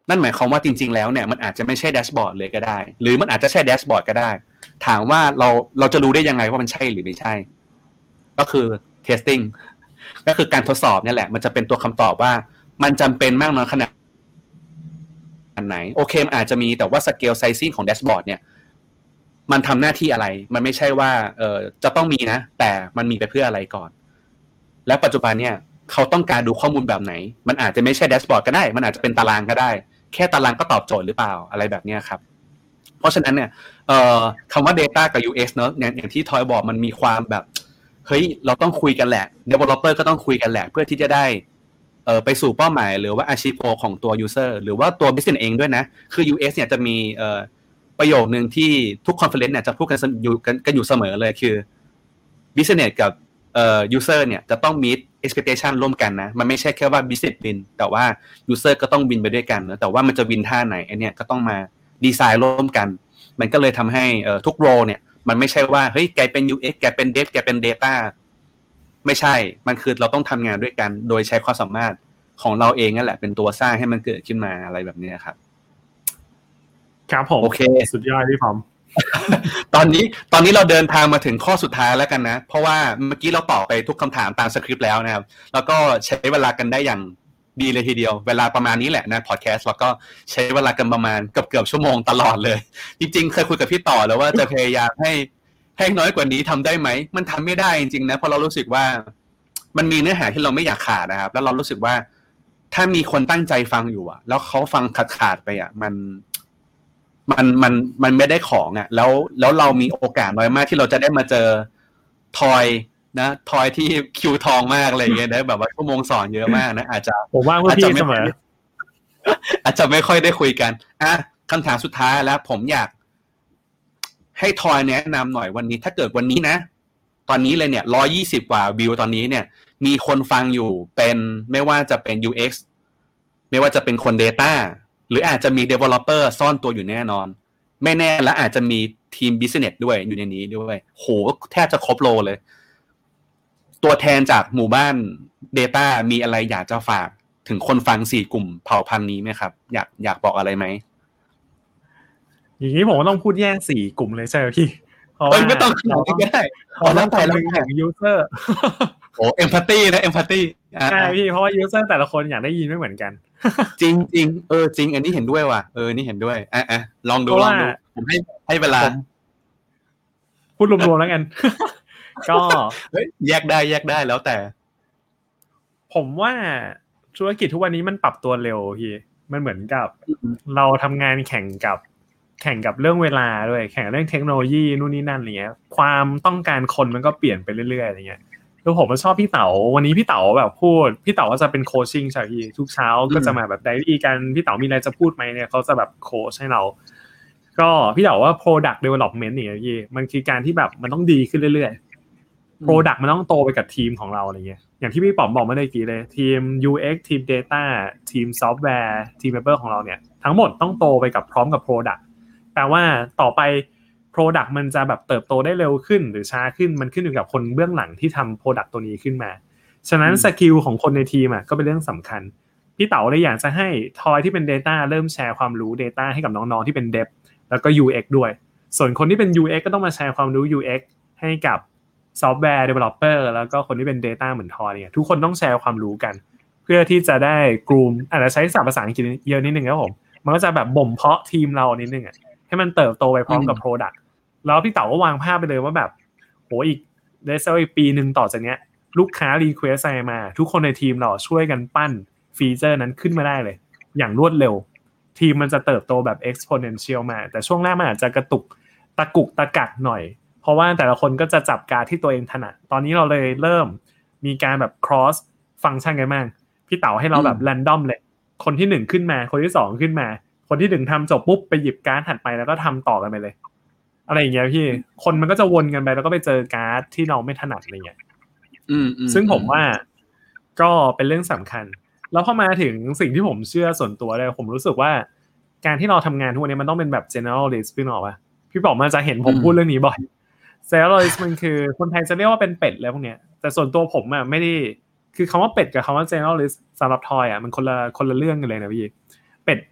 นั่นหมายความว่าจริงๆแล้วเนี่ยมันอาจจะไม่ใช่แดชบอร์ดเลยก็ได้หรือมันอาจจะใช่แดชบอร์ดก็ได้ถามว่าเราเราจะรู้ได้ยังไงว่ามันใช่หรือไม่ใช่ก็คือ testing ก็คือการทดสอบนี่แหละมันจะเป็นตัวคำตอบว่ามันจำเป็นมากน้อยขนาดไหนโอเคมันอาจจะมีแต่ว่า scale sizing ของแดชบอร์ดเนี่ยมันทำหน้าที่อะไรมันไม่ใช่ว่าเออจะต้องมีนะแต่มันมีไปเพื่ออะไรก่อนและปัจจุบันเนี่ยเขาต้องการดูข้อมูลแบบไหนมันอาจจะไม่ใช่แดชบอร์ดก็ได้มันอาจจะเป็นตารางก็ได้แค่ตารางก็ตอบโจทย์หรือเปล่าอะไรแบบนี้ครับเพราะฉะนั้นเนี่ยเอ่อคำว่า data กับ ยู เอ็กซ์ เนอะอย่างที่ทอยบอกมันมีความแบบเฮ้ยเราต้องคุยกันแหละ developer ก็ต้องคุยกันแหละเพื่อที่จะได้เอ่อไปสู่เป้าหมายหรือว่า achieve goal ของตัว user หรือว่าตัว business เองด้วยนะคือ ยู เอ็กซ์ เนี่ยจะมีเอ่อประโยคนึงที่ทุก conference เนี่ยจะพูดกันอยู่กันอยู่เสมอเลยคือ business กับเอ่อ user เนี่ยจะต้อง meet expectation ร่วมกันนะมันไม่ใช่แค่ว่า business win แต่ว่า user ก็ต้อง win ไปด้วยกันนะแต่ว่ามันจะ win ท่าไหนอันเนี้ยก็ต้องมาดีไซน์ร่วมกันมันก็เลยทำให้เอ่อทุก role เนี่ยมันไม่ใช่ว่าเฮ้ยแกเป็น ยู เอ็กซ์ แกเป็น dev แกเป็น data ไม่ใช่มันคือเราต้องทำงานด้วยกันโดยใช้ความสามารถของเราเองนั่นแหละเป็นตัวสร้างให้มันเกิดขึ้นมาอะไรแบบนี้ครับครับผมโอเคสุดยอดพี่พร้อมตอนนี้ตอนนี้เราเดินทางมาถึงข้อสุดท้ายแล้วกันนะเพราะว่าเมื่อกี้เราตอบไปทุกคำถามตามสคริปต์แล้วนะครับแล้วก็ใช้เวลากันได้อย่างดีเลยทีเดียวเวลาประมาณนี้แหละนะพอดแคสต์แล้วก็ใช้เวลากันประมาณเกือบๆชั่วโมงตลอดเลยจริงๆเคยคุยกับพี่ต่อแล้วว่าจะพยายามให้ให้น้อยกว่านี้ทำได้ไหมมันทำไม่ได้จริงๆนะเพราะเรารู้สึกว่ามันมีเนื้อหาที่เราไม่อยากขาดนะครับแล้วเรารู้สึกว่าถ้ามีคนตั้งใจฟังอยู่อ่ะแล้วเขาฟังขาดๆไปอ่ะมันมันมันมันไม่ได้ของอ่ะแล้วแล้วเรามีโอกาสน้อยมากที่เราจะได้มาเจอทอยนะทอยที่คิวทองมากอะไรอย่างเงี้ยได้แบบว่าชั่วโมงสอนเยอะมากนะอาจจะผมว่าพี่เสมออาจจะไม่ค่อยได้คุยกันอ่ะคำถามสุดท้ายแล้วผมอยากให้ทอยแนะนำหน่อยวันนี้ถ้าเกิดวันนี้นะตอนนี้เลยเนี่ยหนึ่งร้อยยี่สิบกว่าวิวตอนนี้เนี่ยมีคนฟังอยู่เป็นไม่ว่าจะเป็น ยู เอ็กซ์ ไม่ว่าจะเป็นคน data หรืออาจจะมี developer ซ่อนตัวอยู่แน่นอนไม่แน่และอาจจะมีทีม business ด้วยอยู่ในนี้ด้วยโหแทบจะครบโลเลยตัวแทนจากหมู่บ้าน data มีอะไรอยากจะฝากถึงคนฟังสี่กลุ่มเผ่าพันธุ์นี้ไหมครับอยากอยากบอกอะไรไหมอย่างนี้ผมก็ต้องพูดแยกสี่กลุ่มเลยใช่ไหมพี่เพราะว่าไม่ต้องเราก็ได้เราต้องไปถึงถึง user โอ้ empathy นะ empathy ใช่พี่เพราะว่า user แต่ละคนอยากได้ยินไม่เหมือนกันจริงจริงเออจริงอันนี้เห็นด้วยว่ะเออนี่เห็นด้วยอ่ะอ่ะลองดูลองดูผมให้ให้เวลาพูดรวมๆแล้วกันก็แยกได้แยกได้แล้วแต่ผมว่าธุรกิจทุกวันนี้มันปรับตัวเร็วพี่มันเหมือนกับเราทำงานแข่งกับแข่งกับเรื่องเวลาด้วยแข่งเรื่องเทคโนโลยีนู่นนี่นั่นอะไรเงี้ยความต้องการคนมันก็เปลี่ยนไปเรื่อยๆอะไรเงี้ยคือผมก็ชอบพี่เต๋าวันนี้พี่เต๋าแบบพูดพี่เต๋าก็จะเป็นโคชชิ่งใช่พี่ทุกเช้าก็จะมาแบบไดอารี่กันพี่เต๋ามีอะไรจะพูดไหมเนี่ยเขาจะแบบโค้ชให้เราก็พี่เต๋าว่า product development เนี่ยพี่มันคือการที่แบบมันต้องดีขึ้นเรื่อยๆ product มันต้องโตไปกับทีมของเราอะไรเงี้ยอย่างที่พี่ป๋อมบอกเมื่อกี้เลยทีม ยู เอ็กซ์ ทีม data ทีม software ทีม developer ของเราเนี่ยทั้งหมดต้องโตไปกับพร้อมกับ product แปลว่าต่อไป product มันจะแบบเติบโตได้เร็วขึ้นหรือช้าขึ้นมันขึ้นอยู่กับคนเบื้องหลังที่ทำ product ตัวนี้ขึ้นมาฉะนั้นสกิลของคนในทีมอ่ะก็เป็นเรื่องสำคัญพี่เต๋าเลยอยากจะให้ทอยที่เป็น data เริ่มแชร์ความรู้ data ให้กับน้องๆที่เป็น dev แล้วก็ ยู เอ็กซ์ ด้วยส่วนคนที่เป็น ยู เอ็กซ์ ก็ต้องมาแชร์ความรู้ ยู เอ็กซ์ ให้กับ software developer แล้วก็คนที่เป็น data เหมือนทอยเนี่ยทุกคนต้องแชร์ความรู้กันเพื่อที่จะได้กลุ่มอาจจะใช้ศัพท์ภาษาอังกฤษเยอะนิดนึงครับผมมันก็จะแบบบ่มเพาะทีมเรานิดนึงอ่ะให้มันเติบโตไปพร้อมกับ product แล้วพี่เต๋าก็วางภาพไปเลยว่าแบบโหอีกเดซอีกปีนึงต่อจากเนี้ยลูกค้า request อะไรมาทุกคนในทีมเราช่วยกันปั้นฟีเจอร์นั้นขึ้นมาได้เลยอย่างรวดเร็วทีมมันจะเติบโตแบบ exponential มาแต่ช่วงแรกมันอาจจะกระตุกตะกุกตะกักหน่อยเพราะว่าแต่ละคนก็จะจับการที่ตัวเองถนัดตอนนี้เราเลยเริ่มมีการแบบ cross function กันบ้างพี่เต๋าให้เราแบบ random เลยคนที่หนึ่งขึ้นมาคนที่สองขึ้นมาคนที่หนึ่งทำจบปุ๊บไปหยิบการ์ดถัดไปแล้วก็ทำต่อกันไปเลยอะไรอย่างเงี้ยพี่คนมันก็จะวนกันไปแล้วก็ไปเจอการ์ดที่เราไม่ถนัดอะไรเงี้ยซึ่งผมว่าก็เป็นเรื่องสำคัญแล้วพอมาถึงสิ่งที่ผมเชื่อส่วนตัวเลยผมรู้สึกว่าการที่เราทำงานทุกวันนี้มันต้องเป็นแบบ generalist พี่บอกว่าพี่บอกมาจะเห็นผมพูดเรื่องนี้บ่อย generalist มันคือคนไทยจะเรียกว่าเป็นเป็ดแล้วพวกเนี้ยแต่ส่วนตัวผมอ่ะไม่ได้คือคำว่าเป็ดกับคำว่า generalist สำหรับทอยอ่ะมันคนละคนละเรื่องกันเลยนะพี่เป็ด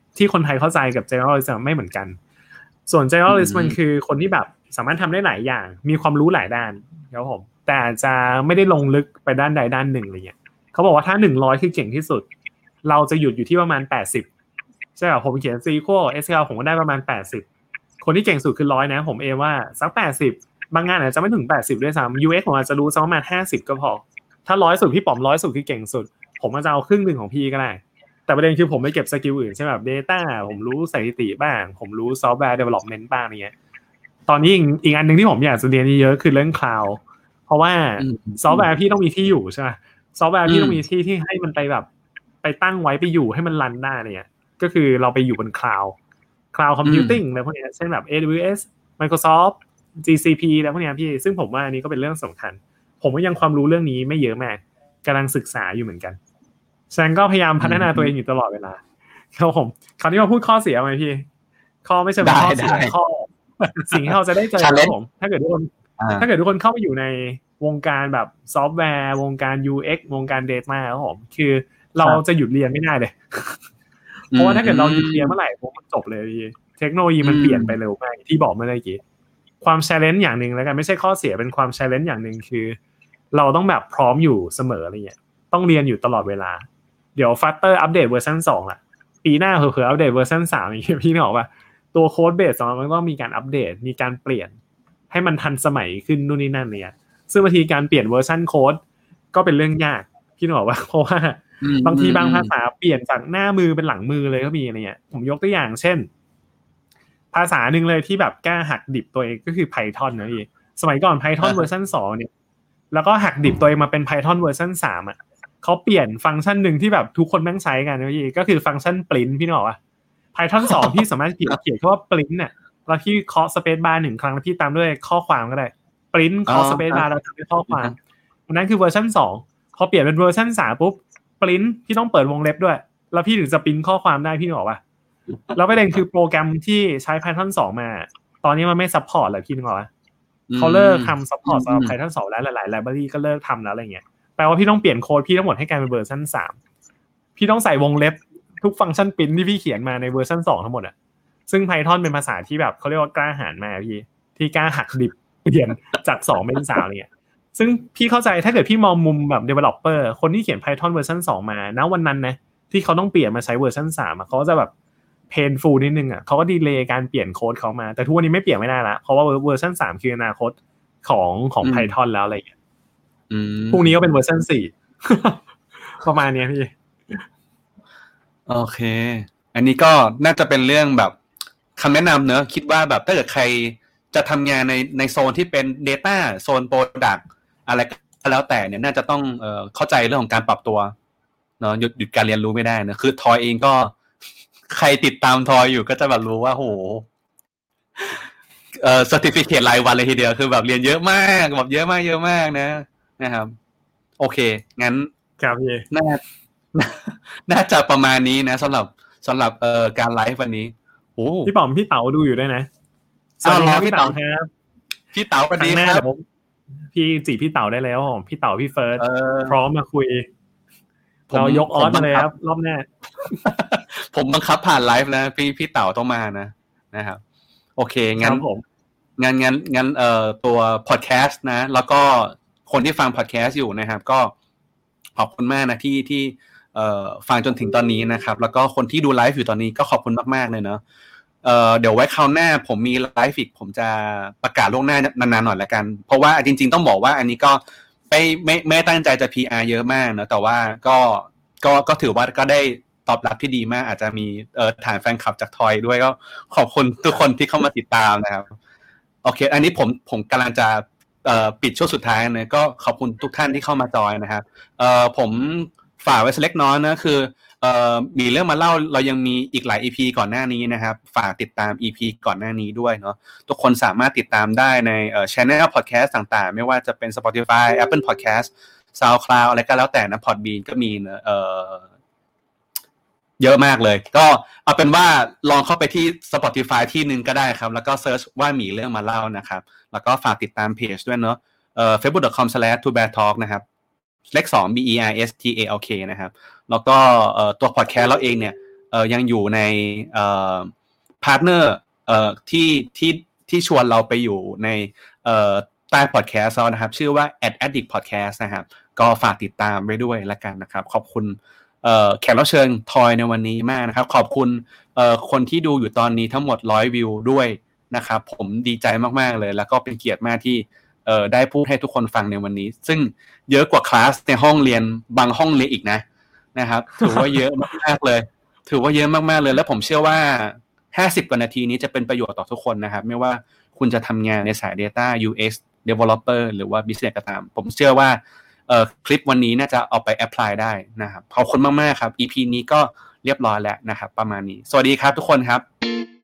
ที่คนไทยเข้าใจกับ generalist ไม่เหมือนกันส่วน generalist มันคือคนที่แบบสามารถทำได้หลายอย่างมีความรู้หลายด้านครับผมแต่อาจจะไม่ได้ลงลึกไปด้านใดด้านหนึ่งอะไรเงี้ยเขาบอกว่าถ้าหนึ่งร้อยคือเก่งที่สุดเราจะหยุดอยู่ที่ประมาณแปดสิบใช่ป่ะผมเขียน ซี อี เอส คิว แอล ผมก็ได้ประมาณแปดสิบคนที่เก่งสุดคือหนึ่งร้อยนะผมเอว่าสักแปดสิบบางงานอาจจะไม่ถึงแปดสิบด้วยซ้ำ ยู เอ็กซ์ ผมอาจจะรู้สักประมาณห้าสิบก็พอถ้าร้อยสุดพี่ป๋อมร้อยสุดคือเก่งสุดผมอาจจะเอาครึ่งนึงของพี่ก็ได้แต่ประเด็นคือผมไม่เก็บสกิลอื่นใช่แบบ data ผมรู้สถิติบ้างผมรู้ software development บ้างอะไรเงี้ยตอนนี้อีกอันนึงที่ผมอยากจะเรียนเยอะคือเรื่อง cloud เพราะว่า software พี่ต้องมีที่อยู่ใช่มั้ย software พี่ต้องมีที่ที่ให้มันไปแบบไปตั้งไว้ไปอยู่ให้มันรันได้เนี่ยก็คือเราไปอยู่บน cloud cloud computing อะไรพวกนี้เช่นแบบ เอ ดับเบิลยู เอส Microsoft จี ซี พี แล้วพวกนี้พี่ซึ่งผมว่าอันนี้ก็เป็นเรื่องสำคัญผมก็ยังความรู้เรื่องนี้ไม่เยอะมากกำลังศึกษาอยู่เหมือนกันแซงก็พยายามพัฒนาตัวเองอยู่ตลอดเวลาครับผมคราวนี้มาพูดข้อเสียไหมพี่ข้อไม่ใช่เป็นข้อเสียข้อสิ่งที่เราจะได้เจอครับผมถ้าเกิดทุกคนถ้าเกิดทุกคนเข้าไปอยู่ในวงการแบบซอฟต์แวร์วงการ ยู เอ็กซ์ วงการ Data ครับผมคือเราจะหยุดเรียนไม่ได้เลยเพราะว่าถ้าเกิดเราหยุดเรียนเมื่อไหร่พวกมันจบเลยพี่เทคโนโลยีมันเปลี่ยนไปเร็วมากที่บอกเมื่อกี้ความ challenge อย่างนึงแล้วกันไม่ใช่ข้อเสียเป็นความ challenge อย่างนึงคือเราต้องแบบพร้อมอยู่เสมออะไรเงี้ยต้องเรียนอยู่ตลอดเวลาเดี๋ยว Flutter อัปเดตเวอร์ชันสองล่ะปีหน้าเผลอๆอัปเดตเวอร์ชันสามอย่างเงี้ยพี่นึกออกป่ะตัวโค้ดเบสของมันต้องมีการอัปเดตมีการเปลี่ยนให้มันทันสมัยขึ้นนู่นนี่นั่นเนี่ยซึ่งบางทีการเปลี่ยนเวอร์ชันโค้ดก็เป็นเรื่องยากพี่นึกออกป่ะเพราะว่าบางทีบางภาษาเปลี่ยนจากหน้ามือเป็นหลังมือเลยก็มีอะไรเงี้ยผมยกตัวอย่างเช่นภาษาหนึ่งเลยที่แบบกล้าหักดิบตัวเองก็คือ Python นะพี่สมัยก่อน Python เวอร์ชันสองเนี่ยแล้วก็หักดิบตัวเองมาเป็น Python เวอร์ชันสามอ่ะเขาเปลี่ยนฟังก์ชันนึงที่แบบทุกคนแม่งใช้กันนะพี่ก็คือฟังก์ชัน print พี่นึกออกป่ะ Python สองพี่สามารถเขียนเขียนคำว่า print น่ะแล้วพี่เคาะ space bar หนึ่งครั้งแล้วพี่ตามด้วยข้อความก็ได้ print เคาะ space bar แล้วตามด้วยข้อความอันนั้นคือเวอร์ชันสองพอเปลี่ยนเป็นเวอร์ชันสามปุ๊บprint พี่ต้องเปิดวงเล็บด้วยแล้วพี่ถึงจะ print ข้อความได้พี่นึกออกป่ะแล้วประเด็นคือโปรแกรมที่ใช้ Python สองมาตอนนี้มันไม่ซัพพอร์ตแล้วพี่นึกออกป่ะเขาเลิกทำซัพพอร์ตสำหรับ Python สองแล้วหลายๆ library ก็เลิกทำแล้วอะไรเงี้ยแปลว่าพี่ต้องเปลี่ยนโค้ดพี่ทั้งหมดให้กลายเป็นเวอร์ชันสามพี่ต้องใส่วงเล็บทุกฟังก์ชัน print ที่พี่เขียนมาในเวอร์ชันสองทั้งหมดอ่ะซึ่ง Python เป็นภาษาที่แบบเขาเรียกว่ากล้าหาญมากพี่ที่กล้าหักดิบเปลี่ยนจากสองเป็นสามอะไรเงี้ยซึ่งพี่เข้าใจถ้าเกิดพี่มองมุมแบบ developer คนที่เขียน Python เวอร์ชันสองมาณวันนั้นนะที่เขาต้องเปลี่ยนมาใช้เวอร์ชันสามอ่ะเขาจะแบบpainful นิดนึงอ่ะเขาก็ดีเลย์การเปลี่ยนโค้ดเขามาแต่ทุกวันนี้ไม่เปลี่ยนไม่ได้ละเพราะว่าเวอร์ชันสามคืออนาคตของของ Python แล้วอะไรอย่างเงี้ยอืมพรุ่งนี้ก็เป็นเวอร์ชันสี่ ประมาณนี้พี่โอเคอันนี้ก็น่าจะเป็นเรื่องแบบคำแนะนำเนอะคิดว่าแบบถ้าเกิดใครจะทำงานในในโซนที่เป็น data โซน product อะไรก็แล้วแต่เนี่ยน่าจะต้องเอ่อเข้าใจเรื่องของการปรับตัวเนาะหยุดหยุดการเรียนรู้ไม่ได้นะคือทอยเองก็ใครติดตามทอยอยู่ก็จะแบบรู้ว่าโหเอ่อ certificate รายวันเลยทีเดียวคือแบบเรียนเยอะมากแบบเยอะมากเยอะมากนะนะครับโอเคงั้นครับพี่น่าน่าจะประมาณนี้นะสำหรับสำหรับเอ่อการไลฟ์วันนี้โอ้พี่ป๋อมพี่เต๋าดูอยู่ด้วยนะสวัสดีครับพี่เต๋าครับพี่เต๋าสวัสดีครับพี่จีพี่เต๋าได้แล้วพี่เต๋าพี่เฟิร์สพร้อมมาคุยเรายกออสเลยครับรอบหน้าผมบังคับผ่านไลฟ์นะพี่พี่เต๋าต้องมานะนะครับโอเคงั้นงั้นงั้นงั้นเอ่อตัวพอดแคสต์นะแล้วก็คนที่ฟังพอดแคสต์อยู่นะครับก็ขอบคุณมากนะที่ที่เอ่อฟังจนถึงตอนนี้นะครับแล้วก็คนที่ดูไลฟ์อยู่ตอนนี้ก็ขอบคุณมากๆเลยเนาะเอ่อเดี๋ยวไว้คราวหน้าผมมีไลฟ์อีกผมจะประกาศล่วงหน้านานๆหน่อยละกันเพราะว่าจริงๆต้องบอกว่าอันนี้ก็ไม่ไม่ไม่ตั้งใจจะ พี อาร์ เยอะมากนะแต่ว่าก็ก็ก็ถือว่าก็ได้ตอบรับที่ดีมากอาจจะมีเอ่อฐานแฟนคลับจากทอยด้วยก็ขอบคุณทุกคนที่เข้ามาติดตามนะครับโอเคอันนี้ผมผมกำลังจะเอ่อปิดช่วงสุดท้ายนะก็ขอบคุณทุกท่านที่เข้ามาจอยนะครับเอ่อผมฝากไว้สักเล็กน้อยนะคือเอ่อมีเรื่องมาเล่าเรายังมีอีกหลาย อี พี ก่อนหน้านี้นะครับฝากติดตาม อี พี ก่อนหน้านี้ด้วยเนาะทุกคนสามารถติดตามได้ในเอ่อ channel podcast ต่างๆไม่ว่าจะเป็น Spotify Apple Podcast SoundCloud อะไรก็แล้วแต่นะ Podbean ก็มีเอ่อเยอะมากเลยก็เอาเป็นว่าลองเข้าไปที่ Spotify ที่นึงก็ได้ครับแล้วก็เซิร์ชว่ามีเรื่องมาเล่านะครับแล้วก็ฝากติดตามเพจด้วยเนาะเอ่อ เฟซบุ๊ก ดอท คอม สแลช ทู แบร์ ทอล์ก นะครับเลขสอง บี อี อาร์ เอส ที เอ แอล เค นะครับแล้วก็เอ่อตัว podcast เราเองเนี่ยเอ่อยังอยู่ในเอ่อพาร์ทเนอร์เอ่อที่ที่ที่ชวนเราไปอยู่ในเอ่อใต้พอดแคสต์แล้วนะครับชื่อว่า Ad Addict Podcast นะครับก็ฝากติดตามไว้ด้วยละกันนะครับขอบคุณเอ่อแขกรับเชิญทอยในวันนี้มากนะครับขอบคุณเอ่อคนที่ดูอยู่ตอนนี้ทั้งหมดหนึ่งร้อยวิวด้วยนะครับผมดีใจมากๆเลยแล้วก็เป็นเกียรติมากที่เอ่อได้พูดให้ทุกคนฟังในวันนี้ซึ่งเยอะกว่าคลาสในห้องเรียนบางห้องเรียนอีกนะนะครับถือว่าเยอะมากๆเลยถือว่าเยอะมากๆเลยแล้วผมเชื่อว่าห้าสิบกว่านาทีนี้จะเป็นประโยชน์ต่อทุกคนนะครับไม่ว่าคุณจะทำงานในสาย Data ยู เอ็กซ์ Developer หรือว่า Business ก็ตามผมเชื่อว่าเอ่อคลิปวันนี้น่าจะเอาไป apply ได้นะครับขอบคุณมากๆครับ อี พี นี้ก็เรียบร้อยแล้วนะครับประมาณนี้สวัสดีครับทุกคนครับ